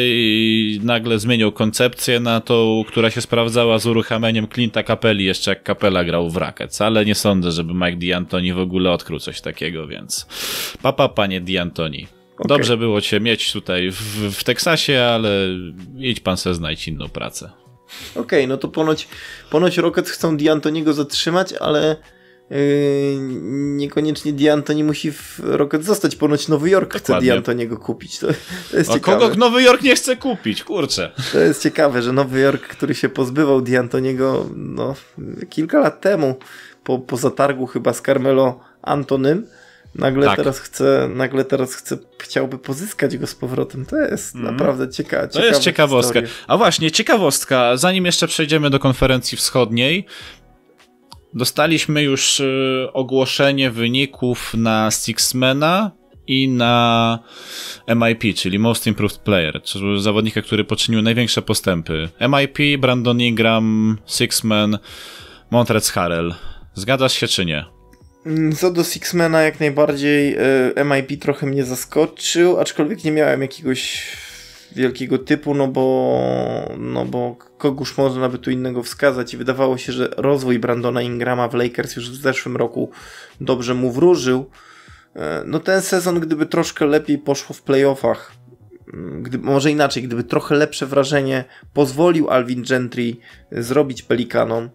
i nagle zmienią koncepcję na tą, która się sprawdzała z uruchamianiem Clint'a Capelli, jeszcze jak Capella grał w Rockets, ale nie sądzę, żeby Mike D'Antoni w ogóle odkrył coś takiego, więc papa, panie D'Antoni. Okay. Dobrze było cię mieć tutaj w, w Teksasie, ale idź pan se znajdź inną pracę. Okej, okay, no to ponoć, ponoć Rockets chcą D'Antoniego zatrzymać, ale yy, niekoniecznie D'Antoni musi w Rockets zostać. Ponoć Nowy Jork Dokładnie. chce D'Antoniego kupić. To, to jest A ciekawe. Kogo Nowy Jork nie chce kupić? Kurczę. To jest ciekawe, że Nowy Jork, który się pozbywał D'Antoniego no, kilka lat temu, po, po zatargu chyba z Carmelo Antonym, Nagle tak. teraz chce, nagle teraz chce, chciałby pozyskać go z powrotem. To jest mm. naprawdę ciekawe. To jest ciekawostka. Historia. A właśnie, ciekawostka. Zanim jeszcze przejdziemy do konferencji wschodniej, dostaliśmy już y, ogłoszenie wyników na Sixmana i na M I P, czyli Most Improved Player, czyli zawodnika, który poczynił największe postępy. M I P, Brandon Ingram, Sixman, Montrezl Harrell. Zgadzasz się czy nie? Co do Sixmana jak najbardziej M I P trochę mnie zaskoczył, aczkolwiek nie miałem jakiegoś wielkiego typu, no bo no bo kogóż można by tu innego wskazać i wydawało się, że rozwój Brandona Ingrama w Lakers już w zeszłym roku dobrze mu wróżył. No ten sezon, gdyby troszkę lepiej poszło w playoffach, gdyby, może inaczej, gdyby trochę lepsze wrażenie pozwolił Alvin Gentry zrobić Pelikanom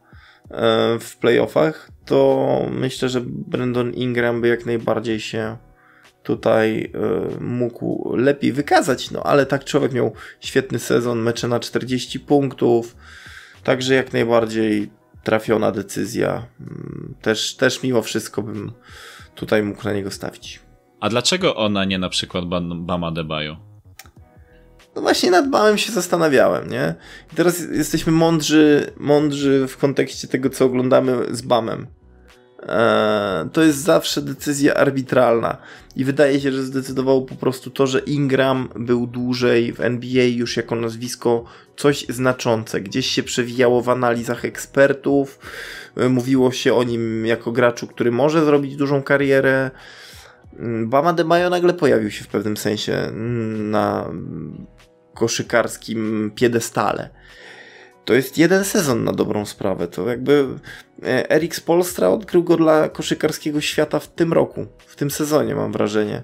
w playoffach, to myślę, że Brandon Ingram by jak najbardziej się tutaj y, mógł lepiej wykazać, no ale tak człowiek miał świetny sezon, mecze na czterdzieści punktów, także jak najbardziej trafiona decyzja. Też, też mimo wszystko bym tutaj mógł na niego stawić. A dlaczego ona nie na przykład Bam Adebayo? No właśnie nad Bamem się zastanawiałem, nie? I teraz jesteśmy mądrzy, mądrzy w kontekście tego, co oglądamy z Bamem. Eee, to jest zawsze decyzja arbitralna i wydaje się, że zdecydowało po prostu to, że Ingram był dłużej w N B A już jako nazwisko coś znaczące. Gdzieś się przewijało w analizach ekspertów, mówiło się o nim jako graczu, który może zrobić dużą karierę. Bam Adebayo nagle pojawił się w pewnym sensie na koszykarskim piedestale. To jest jeden sezon na dobrą sprawę. To jakby Erik Spoelstra odkrył go dla koszykarskiego świata w tym roku, w tym sezonie mam wrażenie.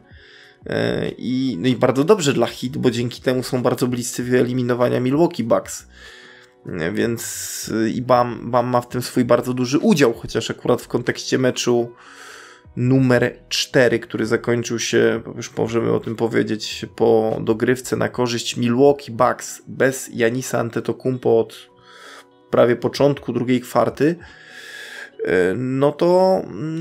I, no i bardzo dobrze dla Heat, bo dzięki temu są bardzo bliscy wyeliminowania Milwaukee Bucks. Więc i Bam, Bam ma w tym swój bardzo duży udział, chociaż akurat w kontekście meczu numer cztery, który zakończył się, już możemy o tym powiedzieć, po dogrywce na korzyść Milwaukee Bucks bez Janisa Antetokounmpo od prawie początku drugiej kwarty, no to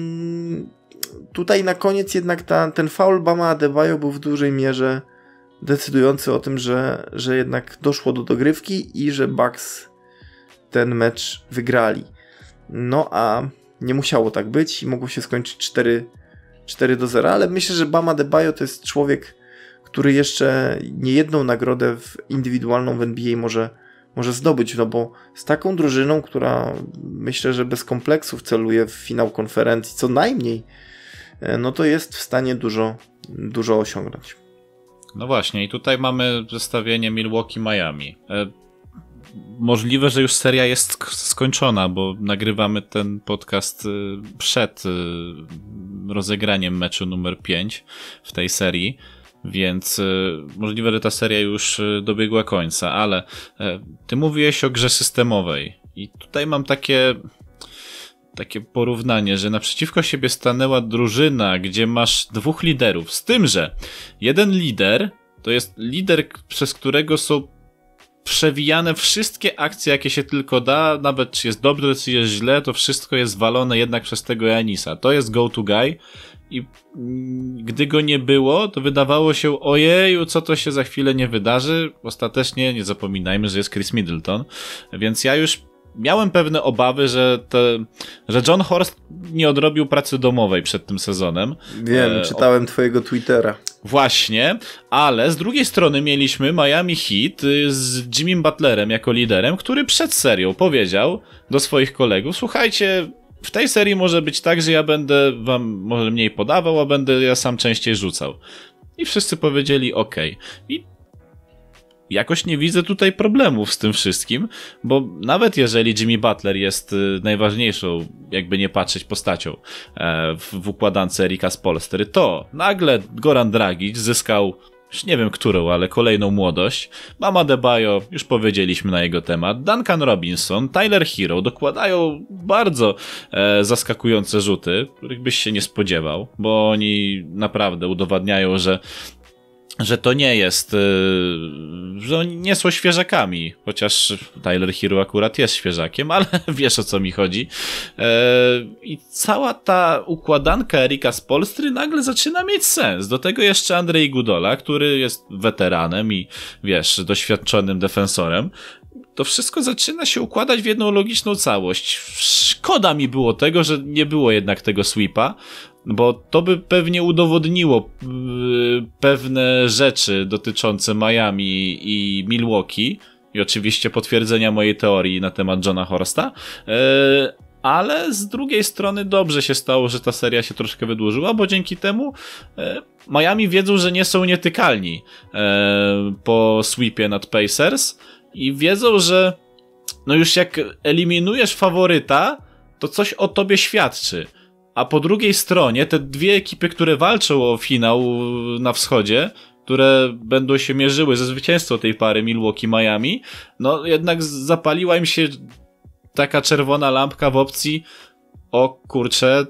tutaj na koniec jednak ta, ten faul Bama Adebayo był w dużej mierze decydujący o tym, że, że jednak doszło do dogrywki i że Bucks ten mecz wygrali. No a nie musiało tak być i mogło się skończyć cztery do zera, ale myślę, że Bam Adebayo to jest człowiek, który jeszcze niejedną nagrodę w indywidualną w N B A może, może zdobyć, no bo z taką drużyną, która myślę, że bez kompleksów celuje w finał konferencji, co najmniej, no to jest w stanie dużo, dużo osiągnąć. No właśnie i tutaj mamy zestawienie Milwaukee-Miami. Możliwe, że już seria jest skończona, bo nagrywamy ten podcast przed rozegraniem meczu numer pięć w tej serii, więc możliwe, że ta seria już dobiegła końca, ale ty mówiłeś o grze systemowej i tutaj mam takie takie porównanie, że naprzeciwko siebie stanęła drużyna, gdzie masz dwóch liderów, z tym, że jeden lider to jest lider, przez którego są przewijane wszystkie akcje, jakie się tylko da, nawet czy jest dobrze, czy jest źle, to wszystko jest walone jednak przez tego Janisa. To jest go-to guy i gdy go nie było, to wydawało się, ojeju, co to się za chwilę nie wydarzy. Ostatecznie nie zapominajmy, że jest Chris Middleton, więc ja już miałem pewne obawy, że, te, że John Horst nie odrobił pracy domowej przed tym sezonem. Wiem, e, czytałem o... twojego Twittera. Właśnie, ale z drugiej strony mieliśmy Miami Heat z Jimmym Butlerem jako liderem, który przed serią powiedział do swoich kolegów, słuchajcie, w tej serii może być tak, że ja będę wam może mniej podawał, a będę ja sam częściej rzucał. I wszyscy powiedzieli okej. I jakoś nie widzę tutaj problemów z tym wszystkim, bo nawet jeżeli Jimmy Butler jest najważniejszą, jakby nie patrzeć, postacią w, w układance Erika Spoelstry, to nagle Goran Dragic zyskał, już nie wiem którą, ale kolejną młodość. Bam Adebayo, już powiedzieliśmy na jego temat, Duncan Robinson, Tyler Hero dokładają bardzo e, zaskakujące rzuty, których byś się nie spodziewał, bo oni naprawdę udowadniają, że że to nie jest, yy, że oni nie są świeżakami, chociaż Tyler Hero akurat jest świeżakiem, ale wiesz o co mi chodzi. Yy, I cała ta układanka Erika Spoelstry nagle zaczyna mieć sens. Do tego jeszcze Andrzej Iguodala, który jest weteranem i wiesz, doświadczonym defensorem. To wszystko zaczyna się układać w jedną logiczną całość. Szkoda mi było tego, że nie było jednak tego sweepa, bo to by pewnie udowodniło yy, pewne rzeczy dotyczące Miami i Milwaukee i oczywiście potwierdzenia mojej teorii na temat Johna Horsta, yy, ale z drugiej strony dobrze się stało, że ta seria się troszkę wydłużyła, bo dzięki temu yy, Miami wiedzą, że nie są nietykalni yy, po sweepie nad Pacers i wiedzą, że no już jak eliminujesz faworyta, to coś o tobie świadczy. A po drugiej stronie te dwie ekipy, które walczą o finał na wschodzie, które będą się mierzyły ze zwycięstwo tej pary Milwaukee-Miami, no jednak zapaliła im się taka czerwona lampka w opcji, o kurczę,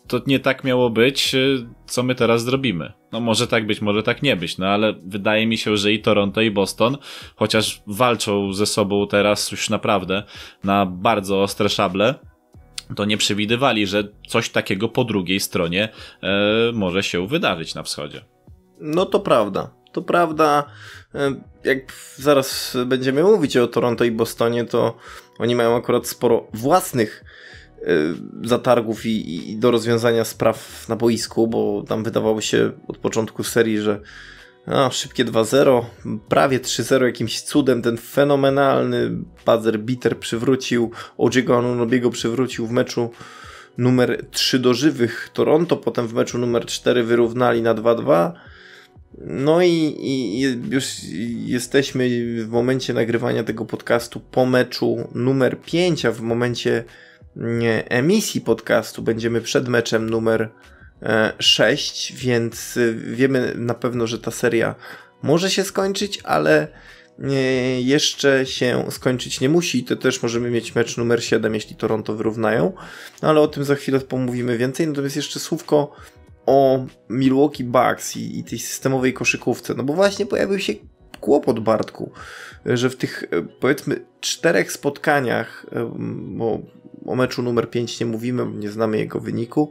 to nie tak miało być, co my teraz zrobimy. No może tak być, może tak nie być, no ale wydaje mi się, że i Toronto, i Boston, chociaż walczą ze sobą teraz już naprawdę na bardzo ostre szable, to nie przewidywali, że coś takiego po drugiej stronie e, może się wydarzyć na wschodzie. No to prawda. To prawda, jak zaraz będziemy mówić o Toronto i Bostonie, to oni mają akurat sporo własnych zatargów i, i do rozwiązania spraw na boisku, bo tam wydawało się od początku serii, że a, szybkie dwa zero, prawie trzy zero jakimś cudem ten fenomenalny buzzer beater przywrócił, O J Anunobiego przywrócił w meczu numer trzy do żywych Toronto, potem w meczu numer cztery wyrównali na dwa dwa. No i, i już jesteśmy w momencie nagrywania tego podcastu po meczu numer pięć, a w momencie emisji podcastu będziemy przed meczem numer sześć, więc wiemy na pewno, że ta seria może się skończyć, ale jeszcze się skończyć nie musi. To też możemy mieć mecz numer siedem, jeśli Toronto wyrównają, no ale o tym za chwilę pomówimy więcej. Natomiast jeszcze słówko o Milwaukee Bucks i, i tej systemowej koszykówce, no bo właśnie pojawił się kłopot, Bartku, że w tych, powiedzmy, czterech spotkaniach, bo o meczu numer pięć nie mówimy, bo nie znamy jego wyniku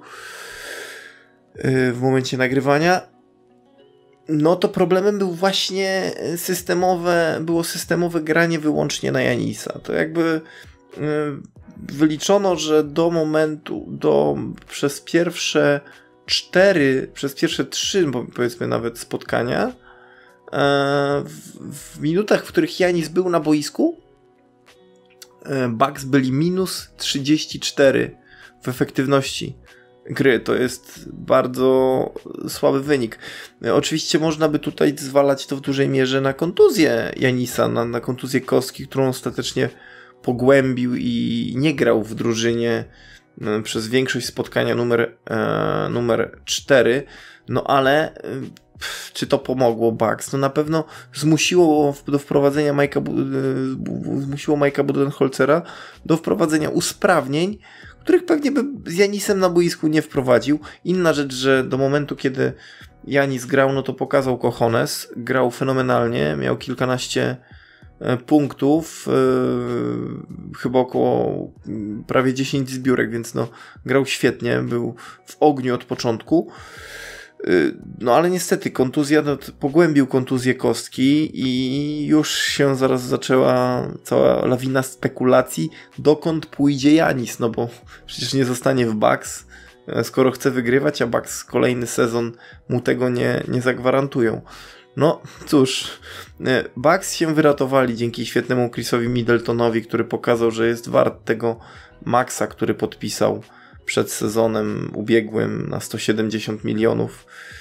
w momencie nagrywania, no to problemem był właśnie systemowe, było systemowe granie wyłącznie na Janisa. To jakby wyliczono, że do momentu, do przez pierwsze cztery, przez pierwsze trzy, powiedzmy nawet spotkania, w, w minutach, w których Janis był na boisku, Bucks byli minus trzydzieści cztery w efektywności gry. To jest bardzo słaby wynik. Oczywiście można by tutaj zwalać to w dużej mierze na kontuzję Janisa, na, na kontuzję kostki, którą ostatecznie pogłębił i nie grał w drużynie przez większość spotkania numer, e, numer cztery, no ale pff, czy to pomogło Bucks? No na pewno zmusiło do wprowadzenia Majka, zmusiło Majka Budenholzera do wprowadzenia usprawnień, których pewnie by z Janisem na boisku nie wprowadził. Inna rzecz, że do momentu, kiedy Janis grał, no to pokazał cojones, grał fenomenalnie, miał kilkanaście punktów, yy, chyba około prawie dziesięć zbiórek, więc no grał świetnie, był w ogniu od początku. Yy, no ale niestety kontuzja, no, pogłębił kontuzję kostki i już się zaraz zaczęła cała lawina spekulacji, dokąd pójdzie Janis, no bo przecież nie zostanie w Bucks, skoro chce wygrywać, a Bucks kolejny sezon mu tego nie, nie zagwarantują. No cóż, Bucks się wyratowali dzięki świetnemu Chrisowi Middletonowi, który pokazał, że jest wart tego maksa, który podpisał przed sezonem ubiegłym na sto siedemdziesiąt milionów.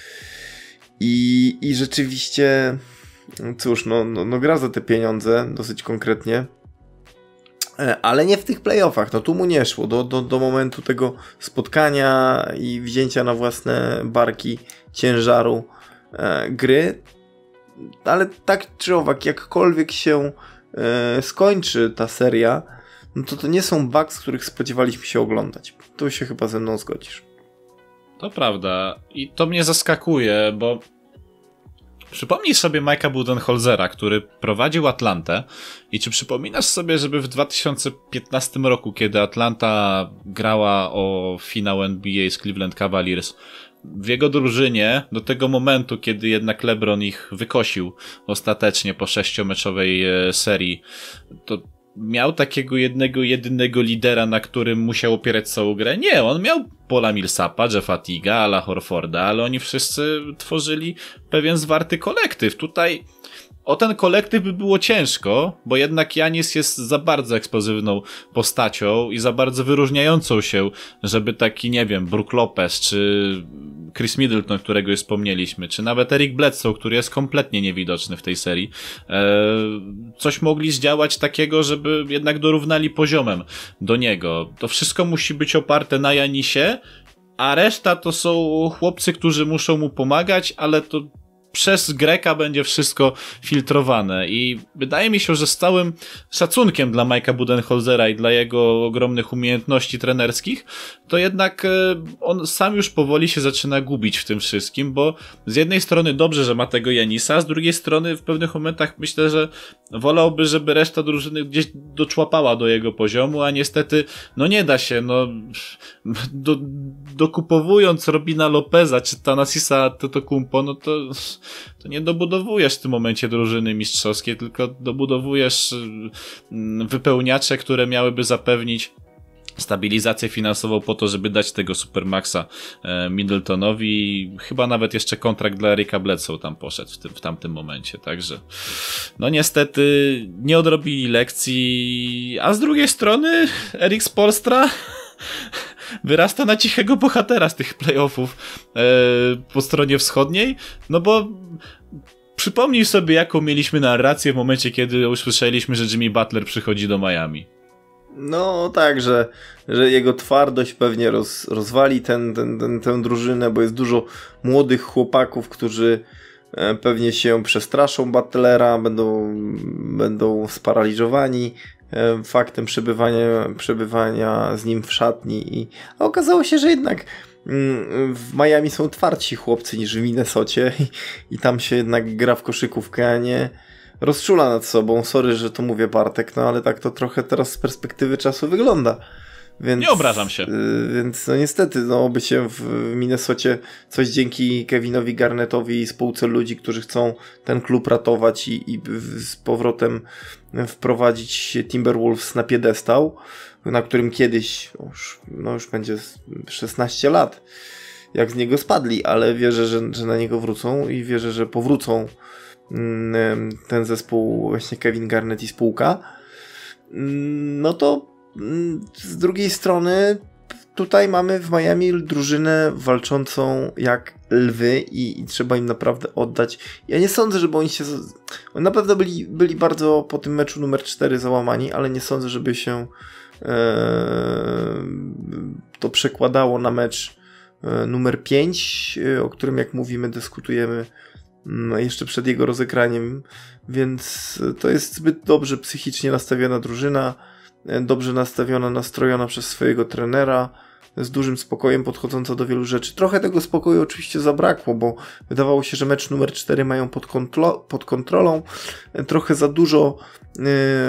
I, i rzeczywiście, cóż, no, no, no gra za te pieniądze dosyć konkretnie, ale nie w tych playoffach, no tu mu nie szło, do, do, do momentu tego spotkania i wzięcia na własne barki ciężaru e, gry. Ale tak czy owak, jakkolwiek się e, skończy ta seria, no to to nie są Bucks, których spodziewaliśmy się oglądać. Tu się chyba ze mną zgodzisz. To prawda. I to mnie zaskakuje, bo przypomnij sobie Mike'a Budenholzera, który prowadził Atlantę, i czy przypominasz sobie, żeby w dwa tysiące piętnastym roku, kiedy Atlanta grała o finał N B A z Cleveland Cavaliers, w jego drużynie do tego momentu, kiedy jednak LeBron ich wykosił ostatecznie po sześciomeczowej serii, to miał takiego jednego, jedynego lidera, na którym musiał opierać całą grę? Nie, on miał Paula Millsapa, Jeffa Teaga, Ala Horforda, ale oni wszyscy tworzyli pewien zwarty kolektyw. Tutaj o ten kolektyw by było ciężko, bo jednak Janis jest za bardzo eksplozywną postacią i za bardzo wyróżniającą się, żeby taki, nie wiem, Brook Lopez, czy Chris Middleton, którego już wspomnieliśmy, czy nawet Eric Bledsoe, który jest kompletnie niewidoczny w tej serii, coś mogli zdziałać takiego, żeby jednak dorównali poziomem do niego. To wszystko musi być oparte na Janisie, a reszta to są chłopcy, którzy muszą mu pomagać, ale to przez Greka będzie wszystko filtrowane i wydaje mi się, że z całym szacunkiem dla Mike'a Budenholzera i dla jego ogromnych umiejętności trenerskich, to jednak on sam już powoli się zaczyna gubić w tym wszystkim, bo z jednej strony dobrze, że ma tego Janisa, z drugiej strony w pewnych momentach myślę, że wolałby, żeby reszta drużyny gdzieś doczłapała do jego poziomu, a niestety no nie da się, no do, dokupowując Robina Lopeza czy Thanasisa Antetokounmpo, no to, to nie dobudowujesz w tym momencie drużyny mistrzowskiej, tylko dobudowujesz wypełniacze, które miałyby zapewnić stabilizację finansową po to, żeby dać tego Supermaxa Middletonowi. Chyba nawet jeszcze kontrakt dla Erika Bledsoe tam poszedł w, tym, w tamtym momencie, także no niestety nie odrobili lekcji, a z drugiej strony Erik Spoelstra wyrasta na cichego bohatera z tych playoffów e, po stronie wschodniej, no bo przypomnij sobie, jaką mieliśmy narrację w momencie, kiedy usłyszeliśmy, że Jimmy Butler przychodzi do Miami. No tak, że, że jego twardość pewnie roz, rozwali ten, ten, ten, tę drużynę, bo jest dużo młodych chłopaków, którzy pewnie się przestraszą Butlera, będą, będą sparaliżowani faktem przebywania, przebywania z nim w szatni. I, a okazało się, że jednak w Miami są twardsi chłopcy niż w Minnesocie i, i tam się jednak gra w koszykówkę, a nie rozczula nad sobą. Sorry, że to mówię, Bartek, no ale tak to trochę teraz z perspektywy czasu wygląda. Więc, nie obrażam się. Yy, więc no niestety, no oby się w Minnesocie coś dzięki Kevinowi Garnettowi i spółce ludzi, którzy chcą ten klub ratować i, i z powrotem wprowadzić Timberwolves na piedestał, na którym kiedyś no już, no już będzie szesnaście lat, jak z niego spadli, ale wierzę, że, że na niego wrócą i wierzę, że powrócą ten zespół, właśnie Kevin Garnett i spółka. No to z drugiej strony tutaj mamy w Miami drużynę walczącą jak lwy i, i trzeba im naprawdę oddać. Ja nie sądzę, żeby oni się... Oni naprawdę byli, byli bardzo po tym meczu numer cztery załamani, ale nie sądzę, żeby się e, to przekładało na mecz e, numer pięć, e, o którym, jak mówimy, dyskutujemy jeszcze przed jego rozegraniem, więc to jest zbyt dobrze psychicznie nastawiona drużyna, dobrze nastawiona, nastrojona przez swojego trenera, z dużym spokojem podchodząca do wielu rzeczy. Trochę tego spokoju oczywiście zabrakło, bo wydawało się, że mecz numer cztery mają pod, kontro- pod kontrolą. Trochę za dużo yy,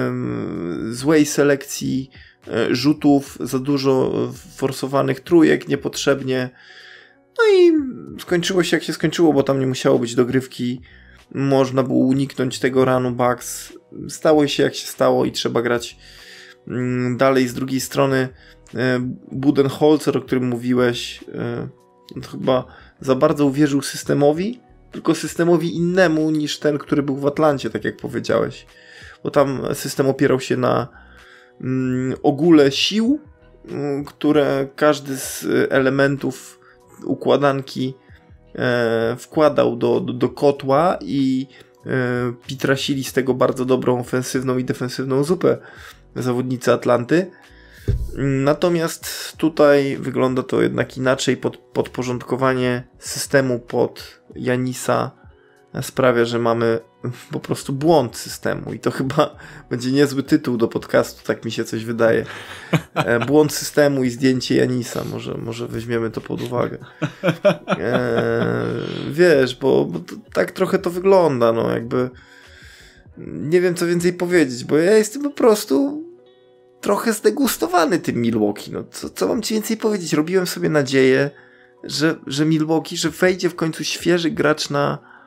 złej selekcji yy, rzutów, za dużo forsowanych trójek niepotrzebnie. No i skończyło się jak się skończyło, bo tam nie musiało być dogrywki. Można było uniknąć tego runu Bucks. Stało się jak się stało i trzeba grać dalej. Z drugiej strony Budenholzer, o którym mówiłeś, to chyba za bardzo uwierzył systemowi, tylko systemowi innemu niż ten, który był w Atlancie, tak jak powiedziałeś. Bo tam system opierał się na ogóle sił, które każdy z elementów układanki e, wkładał do, do, do kotła i e, pitrasili z tego bardzo dobrą ofensywną i defensywną zupę zawodnicy Atlanty. Natomiast tutaj wygląda to jednak inaczej. Pod, podporządkowanie systemu pod Janisa sprawia, że mamy po prostu błąd systemu i to chyba będzie niezły tytuł do podcastu, tak mi się coś wydaje. Błąd systemu i zdjęcie Janisa, może, może weźmiemy to pod uwagę. Eee, wiesz, bo, bo to, tak trochę to wygląda, no jakby nie wiem co więcej powiedzieć, bo ja jestem po prostu trochę zdegustowany tym Milwaukee, no co, co mam ci więcej powiedzieć, robiłem sobie nadzieję, że, że Milwaukee, że wejdzie w końcu świeży gracz na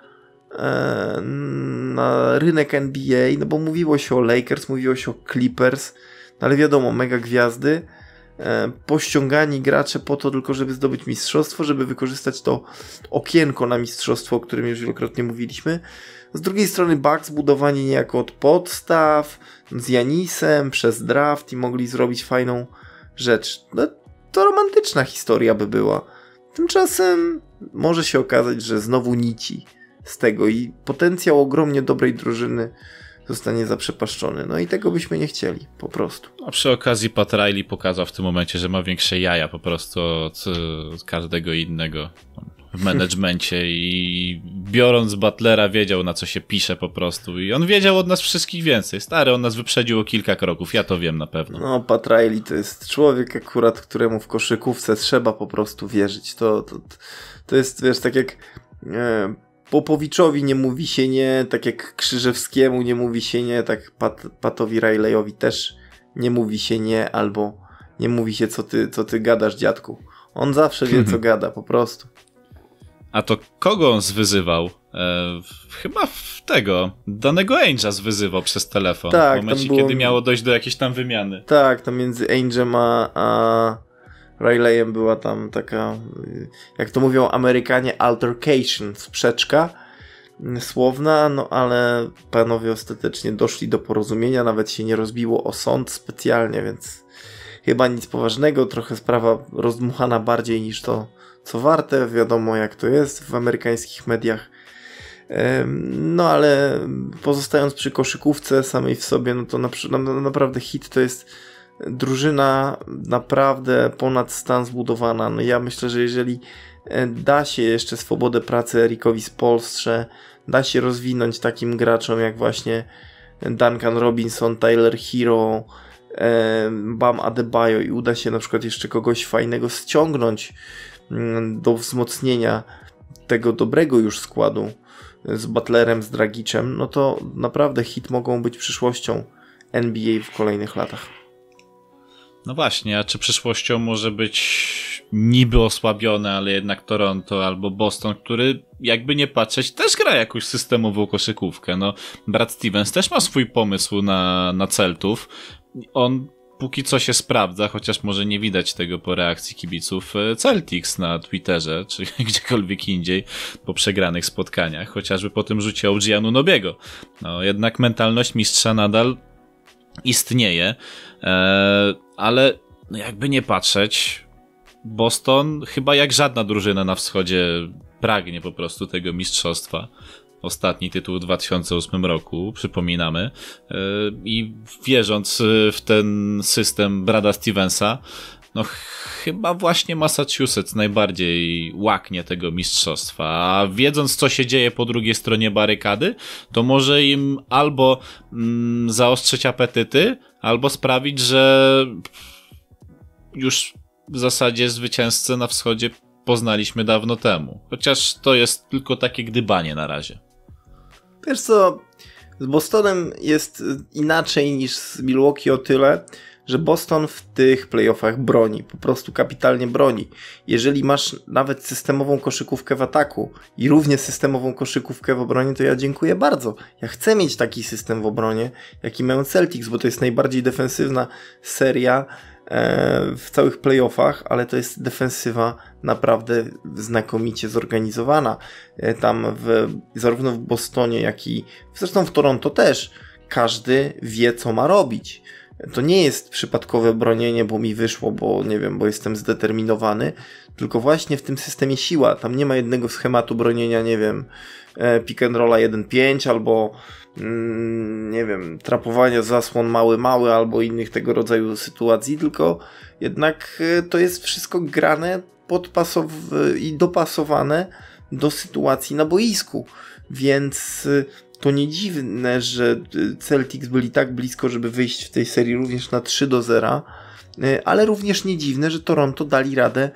na rynek N B A, no bo mówiło się o Lakers, mówiło się o Clippers, no ale wiadomo, mega gwiazdy, pościągani gracze po to tylko, żeby zdobyć mistrzostwo, żeby wykorzystać to okienko na mistrzostwo, o którym już wielokrotnie mówiliśmy. Z drugiej strony Bucks budowani niejako od podstaw, z Janisem, przez draft i mogli zrobić fajną rzecz. No, to romantyczna historia by była. Tymczasem może się okazać, że znowu nici z tego i potencjał ogromnie dobrej drużyny zostanie zaprzepaszczony. No i tego byśmy nie chcieli, po prostu. A przy okazji Pat Riley pokazał w tym momencie, że ma większe jaja po prostu od, od każdego innego. w managemencie i biorąc Butlera wiedział, na co się pisze po prostu i on wiedział od nas wszystkich więcej. Stary, on nas wyprzedził o kilka kroków, ja to wiem na pewno. No, Pat Riley to jest człowiek akurat, któremu w koszykówce trzeba po prostu wierzyć. To, to, to jest, wiesz, tak jak e, Popowiczowi nie mówi się nie, tak jak Krzyżewskiemu nie mówi się nie, tak Pat, Patowi Rileyowi też nie mówi się nie, albo nie mówi się co ty, co ty gadasz, dziadku. On zawsze wie, co gada, po prostu. A to kogo on zwyzywał? E, chyba w tego, danego Ainge'a zwyzywał przez telefon. Tak, w momencie, było... kiedy miało dojść do jakiejś tam wymiany. Tak, tam między Ainge'em a, a Rileyem była tam taka, jak to mówią Amerykanie, altercation, sprzeczka słowna, no ale panowie ostatecznie doszli do porozumienia, nawet się nie rozbiło o sąd specjalnie, więc chyba nic poważnego, trochę sprawa rozdmuchana bardziej niż to, co warte, wiadomo jak to jest w amerykańskich mediach. No ale pozostając przy koszykówce samej w sobie, no to na, na, naprawdę hit to jest drużyna naprawdę ponad stan zbudowana. No ja myślę, że jeżeli da się jeszcze swobodę pracy Erikowi Spoelstrze, da się rozwinąć takim graczom jak właśnie Duncan Robinson, Tyler Hero, Bam Adebayo i uda się na przykład jeszcze kogoś fajnego ściągnąć do wzmocnienia tego dobrego już składu z Butlerem, z Dragicem, no to naprawdę hit mogą być przyszłością N B A w kolejnych latach. No właśnie, a czy przyszłością może być niby osłabione, ale jednak Toronto albo Boston, który jakby nie patrzeć też gra jakąś systemową koszykówkę. No, Brad Stevens też ma swój pomysł na, na Celtów. On póki co się sprawdza, chociaż może nie widać tego po reakcji kibiców Celtics na Twitterze, czy gdziekolwiek indziej po przegranych spotkaniach, chociażby po tym rzucie O G Anunobiego. No, jednak mentalność mistrza nadal istnieje, e, ale no jakby nie patrzeć, Boston chyba jak żadna drużyna na wschodzie pragnie po prostu tego mistrzostwa. Ostatni tytuł w dwa tysiące ósmym roku, przypominamy. Yy, I wierząc w ten system Brada Stevensa, no chyba właśnie Massachusetts najbardziej łaknie tego mistrzostwa. A wiedząc, co się dzieje po drugiej stronie barykady, to może im albo mm, zaostrzyć apetyty, albo sprawić, że już w zasadzie zwycięzcę na wschodzie poznaliśmy dawno temu. Chociaż to jest tylko takie gdybanie na razie. Wiesz co, z Bostonem jest inaczej niż z Milwaukee o tyle, że Boston w tych playoffach broni, po prostu kapitalnie broni. Jeżeli masz nawet systemową koszykówkę w ataku i równie systemową koszykówkę w obronie, to ja dziękuję bardzo. Ja chcę mieć taki system w obronie, jaki mają Celtics, bo to jest najbardziej defensywna seria w całych playoffach, ale to jest defensywa naprawdę znakomicie zorganizowana. Tam w, zarówno w Bostonie, jak i zresztą w Toronto też każdy wie, co ma robić. To nie jest przypadkowe bronienie, bo mi wyszło, bo nie wiem, bo jestem zdeterminowany, tylko właśnie w tym systemie siła. Tam nie ma jednego schematu bronienia, nie wiem, pick and rolla jeden pięć albo mm, nie wiem, trapowania zasłon mały, mały albo innych tego rodzaju sytuacji, tylko jednak to jest wszystko grane podpasow- i dopasowane do sytuacji na boisku, więc to nie dziwne, że Celtics byli tak blisko, żeby wyjść w tej serii również na trzy do zera, ale również nie dziwne, że Toronto dali radę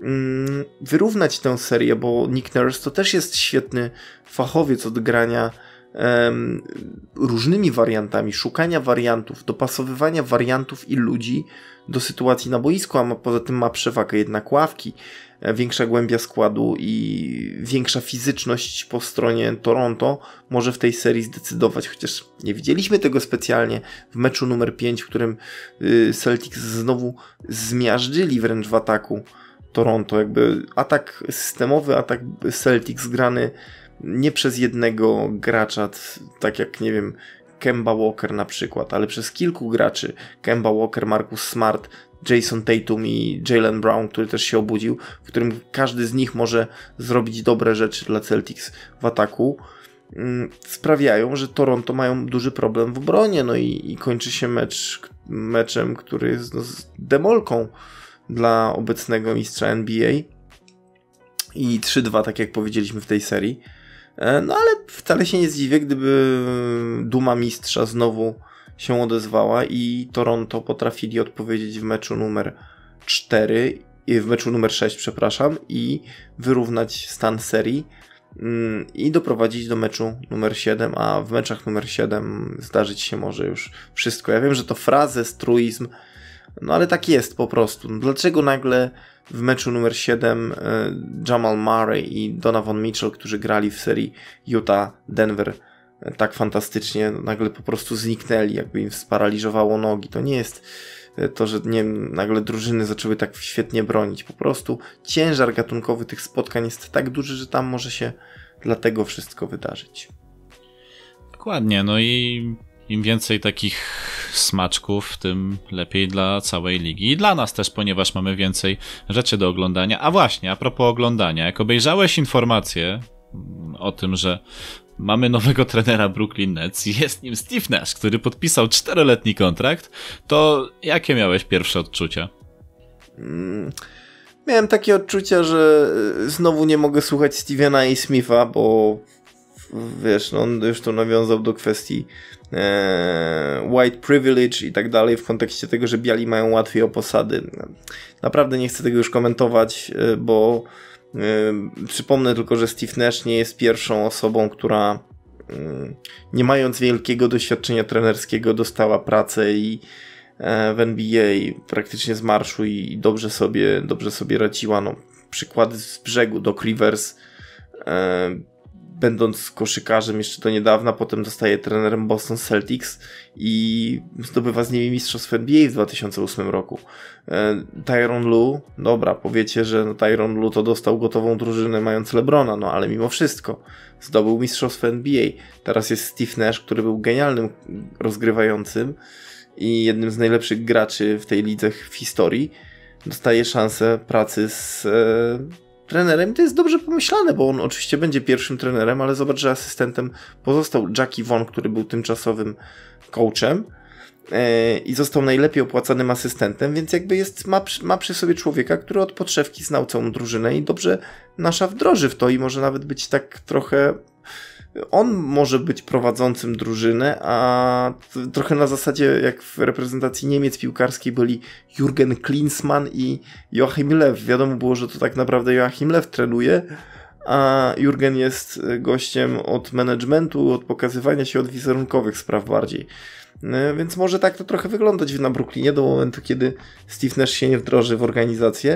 wyrównać tę serię, bo Nick Nurse to też jest świetny fachowiec od grania um, różnymi wariantami, szukania wariantów, dopasowywania wariantów i ludzi do sytuacji na boisku, a ma, poza tym ma przewagę jednak ławki, większa głębia składu i większa fizyczność po stronie Toronto może w tej serii zdecydować, chociaż nie widzieliśmy tego specjalnie w meczu numer pięć, w którym Celtics znowu zmiażdżyli wręcz w ataku Toronto, jakby atak systemowy, atak Celtics grany nie przez jednego gracza, tak jak nie wiem Kemba Walker na przykład, ale przez kilku graczy, Kemba Walker, Marcus Smart, Jason Tatum i Jaylen Brown, który też się obudził, w którym każdy z nich może zrobić dobre rzeczy dla Celtics w ataku, sprawiają, że Toronto mają duży problem w obronie, no i, i kończy się mecz meczem, który jest no, demolką dla obecnego mistrza N B A. i trzy dwa, tak jak powiedzieliśmy w tej serii. No ale wcale się nie zdziwię, gdyby duma mistrza znowu się odezwała i Toronto potrafili odpowiedzieć w meczu numer cztery, w meczu numer sześć, przepraszam, i wyrównać stan serii i doprowadzić do meczu numer siedem, a w meczach numer siedem zdarzyć się może już wszystko. Ja wiem, że to frazes, truizm, no ale tak jest po prostu. Dlaczego nagle w meczu numer siedem Jamal Murray i Donovan Mitchell, którzy grali w serii Utah-Denver tak fantastycznie, nagle po prostu zniknęli, jakby im sparaliżowało nogi. To nie jest to, że nie wiem, nagle drużyny zaczęły tak świetnie bronić. Po prostu ciężar gatunkowy tych spotkań jest tak duży, że tam może się dlatego wszystko wydarzyć. Dokładnie, no i im więcej takich smaczków, tym lepiej dla całej ligi i dla nas też, ponieważ mamy więcej rzeczy do oglądania. A właśnie, a propos oglądania, jak obejrzałeś informację o tym, że mamy nowego trenera Brooklyn Nets i jest nim Steve Nash, który podpisał czteroletni kontrakt, to jakie miałeś pierwsze odczucia? Mm, miałem takie odczucia, że znowu nie mogę słuchać Stevena A. Smitha, bo wiesz, no on już tu nawiązał do kwestii e, white privilege i tak dalej w kontekście tego, że biali mają łatwiej o posady. Naprawdę nie chcę tego już komentować, bo e, przypomnę tylko, że Steve Nash nie jest pierwszą osobą, która e, nie mając wielkiego doświadczenia trenerskiego dostała pracę i e, w N B A praktycznie z marszu i dobrze sobie, dobrze sobie radziła. No, przykłady z brzegu, Doc Rivers, e, będąc koszykarzem jeszcze do niedawna, potem zostaje trenerem Boston Celtics i zdobywa z nimi mistrzostwo N B A w dwa tysiące ósmym roku. E, Tyronn Lue, dobra, powiecie, że no, Tyronn Lue to dostał gotową drużynę mając LeBrona, no ale mimo wszystko zdobył mistrzostwo N B A. Teraz jest Steve Nash, który był genialnym rozgrywającym i jednym z najlepszych graczy w tej lidze w historii. Dostaje szansę pracy z e, trenerem. To jest dobrze pomyślane, bo on oczywiście będzie pierwszym trenerem, ale zobacz, że asystentem pozostał Jackie Vaughn, który był tymczasowym coachem yy, i został najlepiej opłacanym asystentem, więc jakby jest, ma, ma przy sobie człowieka, który od podszewki znał całą drużynę i dobrze nasza wdroży w to i może nawet być tak trochę... On może być prowadzącym drużynę, a trochę na zasadzie jak w reprezentacji Niemiec piłkarskiej byli Jürgen Klinsmann i Joachim Löw. Wiadomo było, że to tak naprawdę Joachim Löw trenuje, a Jürgen jest gościem od managementu, od pokazywania się, od wizerunkowych spraw bardziej. Więc może tak to trochę wyglądać na Brooklynie do momentu, kiedy Steve Nash się nie wdroży w organizację.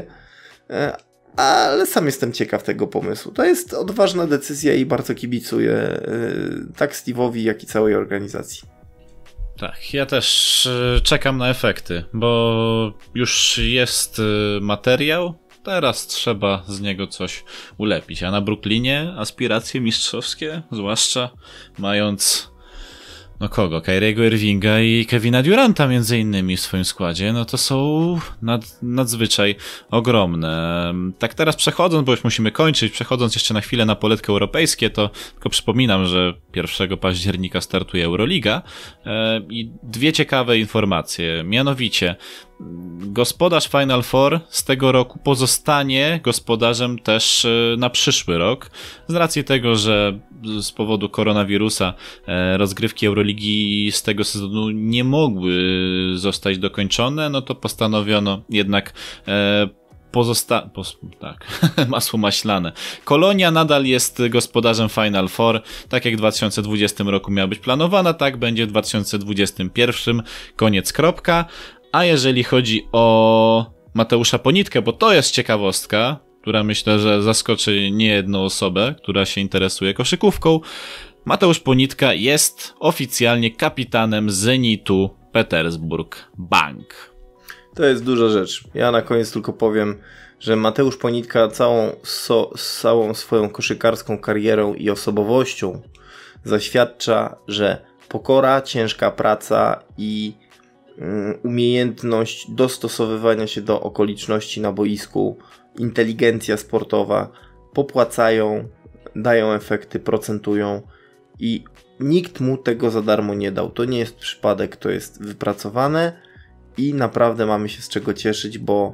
Ale sam jestem ciekaw tego pomysłu. To jest odważna decyzja i bardzo kibicuję yy, tak Steve'owi, jak i całej organizacji. Tak, ja też yy, czekam na efekty, bo już jest yy, materiał, teraz trzeba z niego coś ulepić. A na Brooklynie aspiracje mistrzowskie, zwłaszcza mając... No kogo? Kyriego Irvinga i Kevina Duranta między innymi w swoim składzie, no to są nad, nadzwyczaj ogromne. Tak teraz przechodząc, bo już musimy kończyć, przechodząc jeszcze na chwilę na poletki europejskie, to tylko przypominam, że pierwszego października startuje Euroliga e, i dwie ciekawe informacje, mianowicie gospodarz Final Four z tego roku pozostanie gospodarzem też na przyszły rok, z racji tego, że z powodu koronawirusa rozgrywki Euroligi z tego sezonu nie mogły zostać dokończone, no to postanowiono jednak Pozosta... Pos... Tak, masło maślane. Kolonia nadal jest gospodarzem Final Four, tak jak w dwa tysiące dwudziestym roku miała być planowana, tak będzie w dwa tysiące dwudziestym pierwszym, koniec, kropka. A jeżeli chodzi o Mateusza Ponitkę, bo to jest ciekawostka, która myślę, że zaskoczy niejedną osobę, która się interesuje koszykówką, Mateusz Ponitka jest oficjalnie kapitanem Zenitu Petersburg Bank. To jest duża rzecz. Ja na koniec tylko powiem, że Mateusz Ponitka całą, so, całą swoją koszykarską karierą i osobowością zaświadcza, że pokora, ciężka praca i um, umiejętność dostosowywania się do okoliczności na boisku, inteligencja sportowa popłacają, dają efekty, procentują i nikt mu tego za darmo nie dał. To nie jest przypadek, to jest wypracowane i naprawdę mamy się z czego cieszyć, bo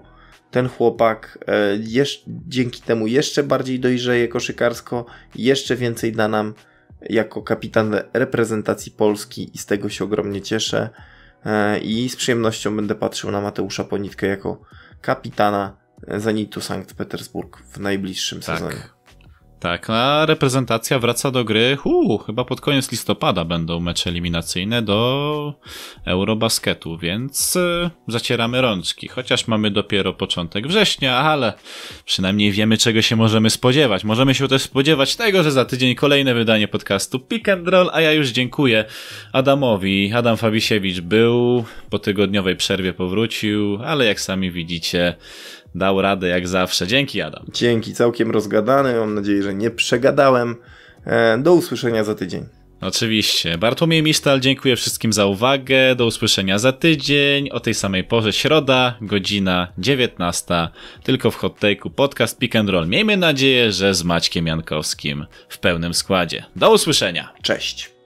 ten chłopak e, jesz- dzięki temu jeszcze bardziej dojrzeje koszykarsko, jeszcze więcej da nam jako kapitan reprezentacji Polski i z tego się ogromnie cieszę e, i z przyjemnością będę patrzył na Mateusza Ponitkę jako kapitana Zenitu Sankt Petersburg w najbliższym tak. sezonie. Tak, a reprezentacja wraca do gry, uu, chyba pod koniec listopada będą mecze eliminacyjne do Eurobasketu, więc y, zacieramy rączki, chociaż mamy dopiero początek września, ale przynajmniej wiemy, czego się możemy spodziewać. Możemy się też spodziewać tego, że za tydzień kolejne wydanie podcastu Pick and Roll, a ja już dziękuję Adamowi. Adam Fabisiewicz był, po tygodniowej przerwie powrócił, ale jak sami widzicie, dał radę jak zawsze. Dzięki, Adam. Dzięki, całkiem rozgadany. Mam nadzieję, że nie przegadałem. Do usłyszenia za tydzień. Oczywiście. Bartłomiej Misztal, dziękuję wszystkim za uwagę. Do usłyszenia za tydzień. O tej samej porze, środa, godzina dziewiętnasta. Tylko w Hot Take'u podcast Pick and Roll. Miejmy nadzieję, że z Maćkiem Jankowskim w pełnym składzie. Do usłyszenia. Cześć.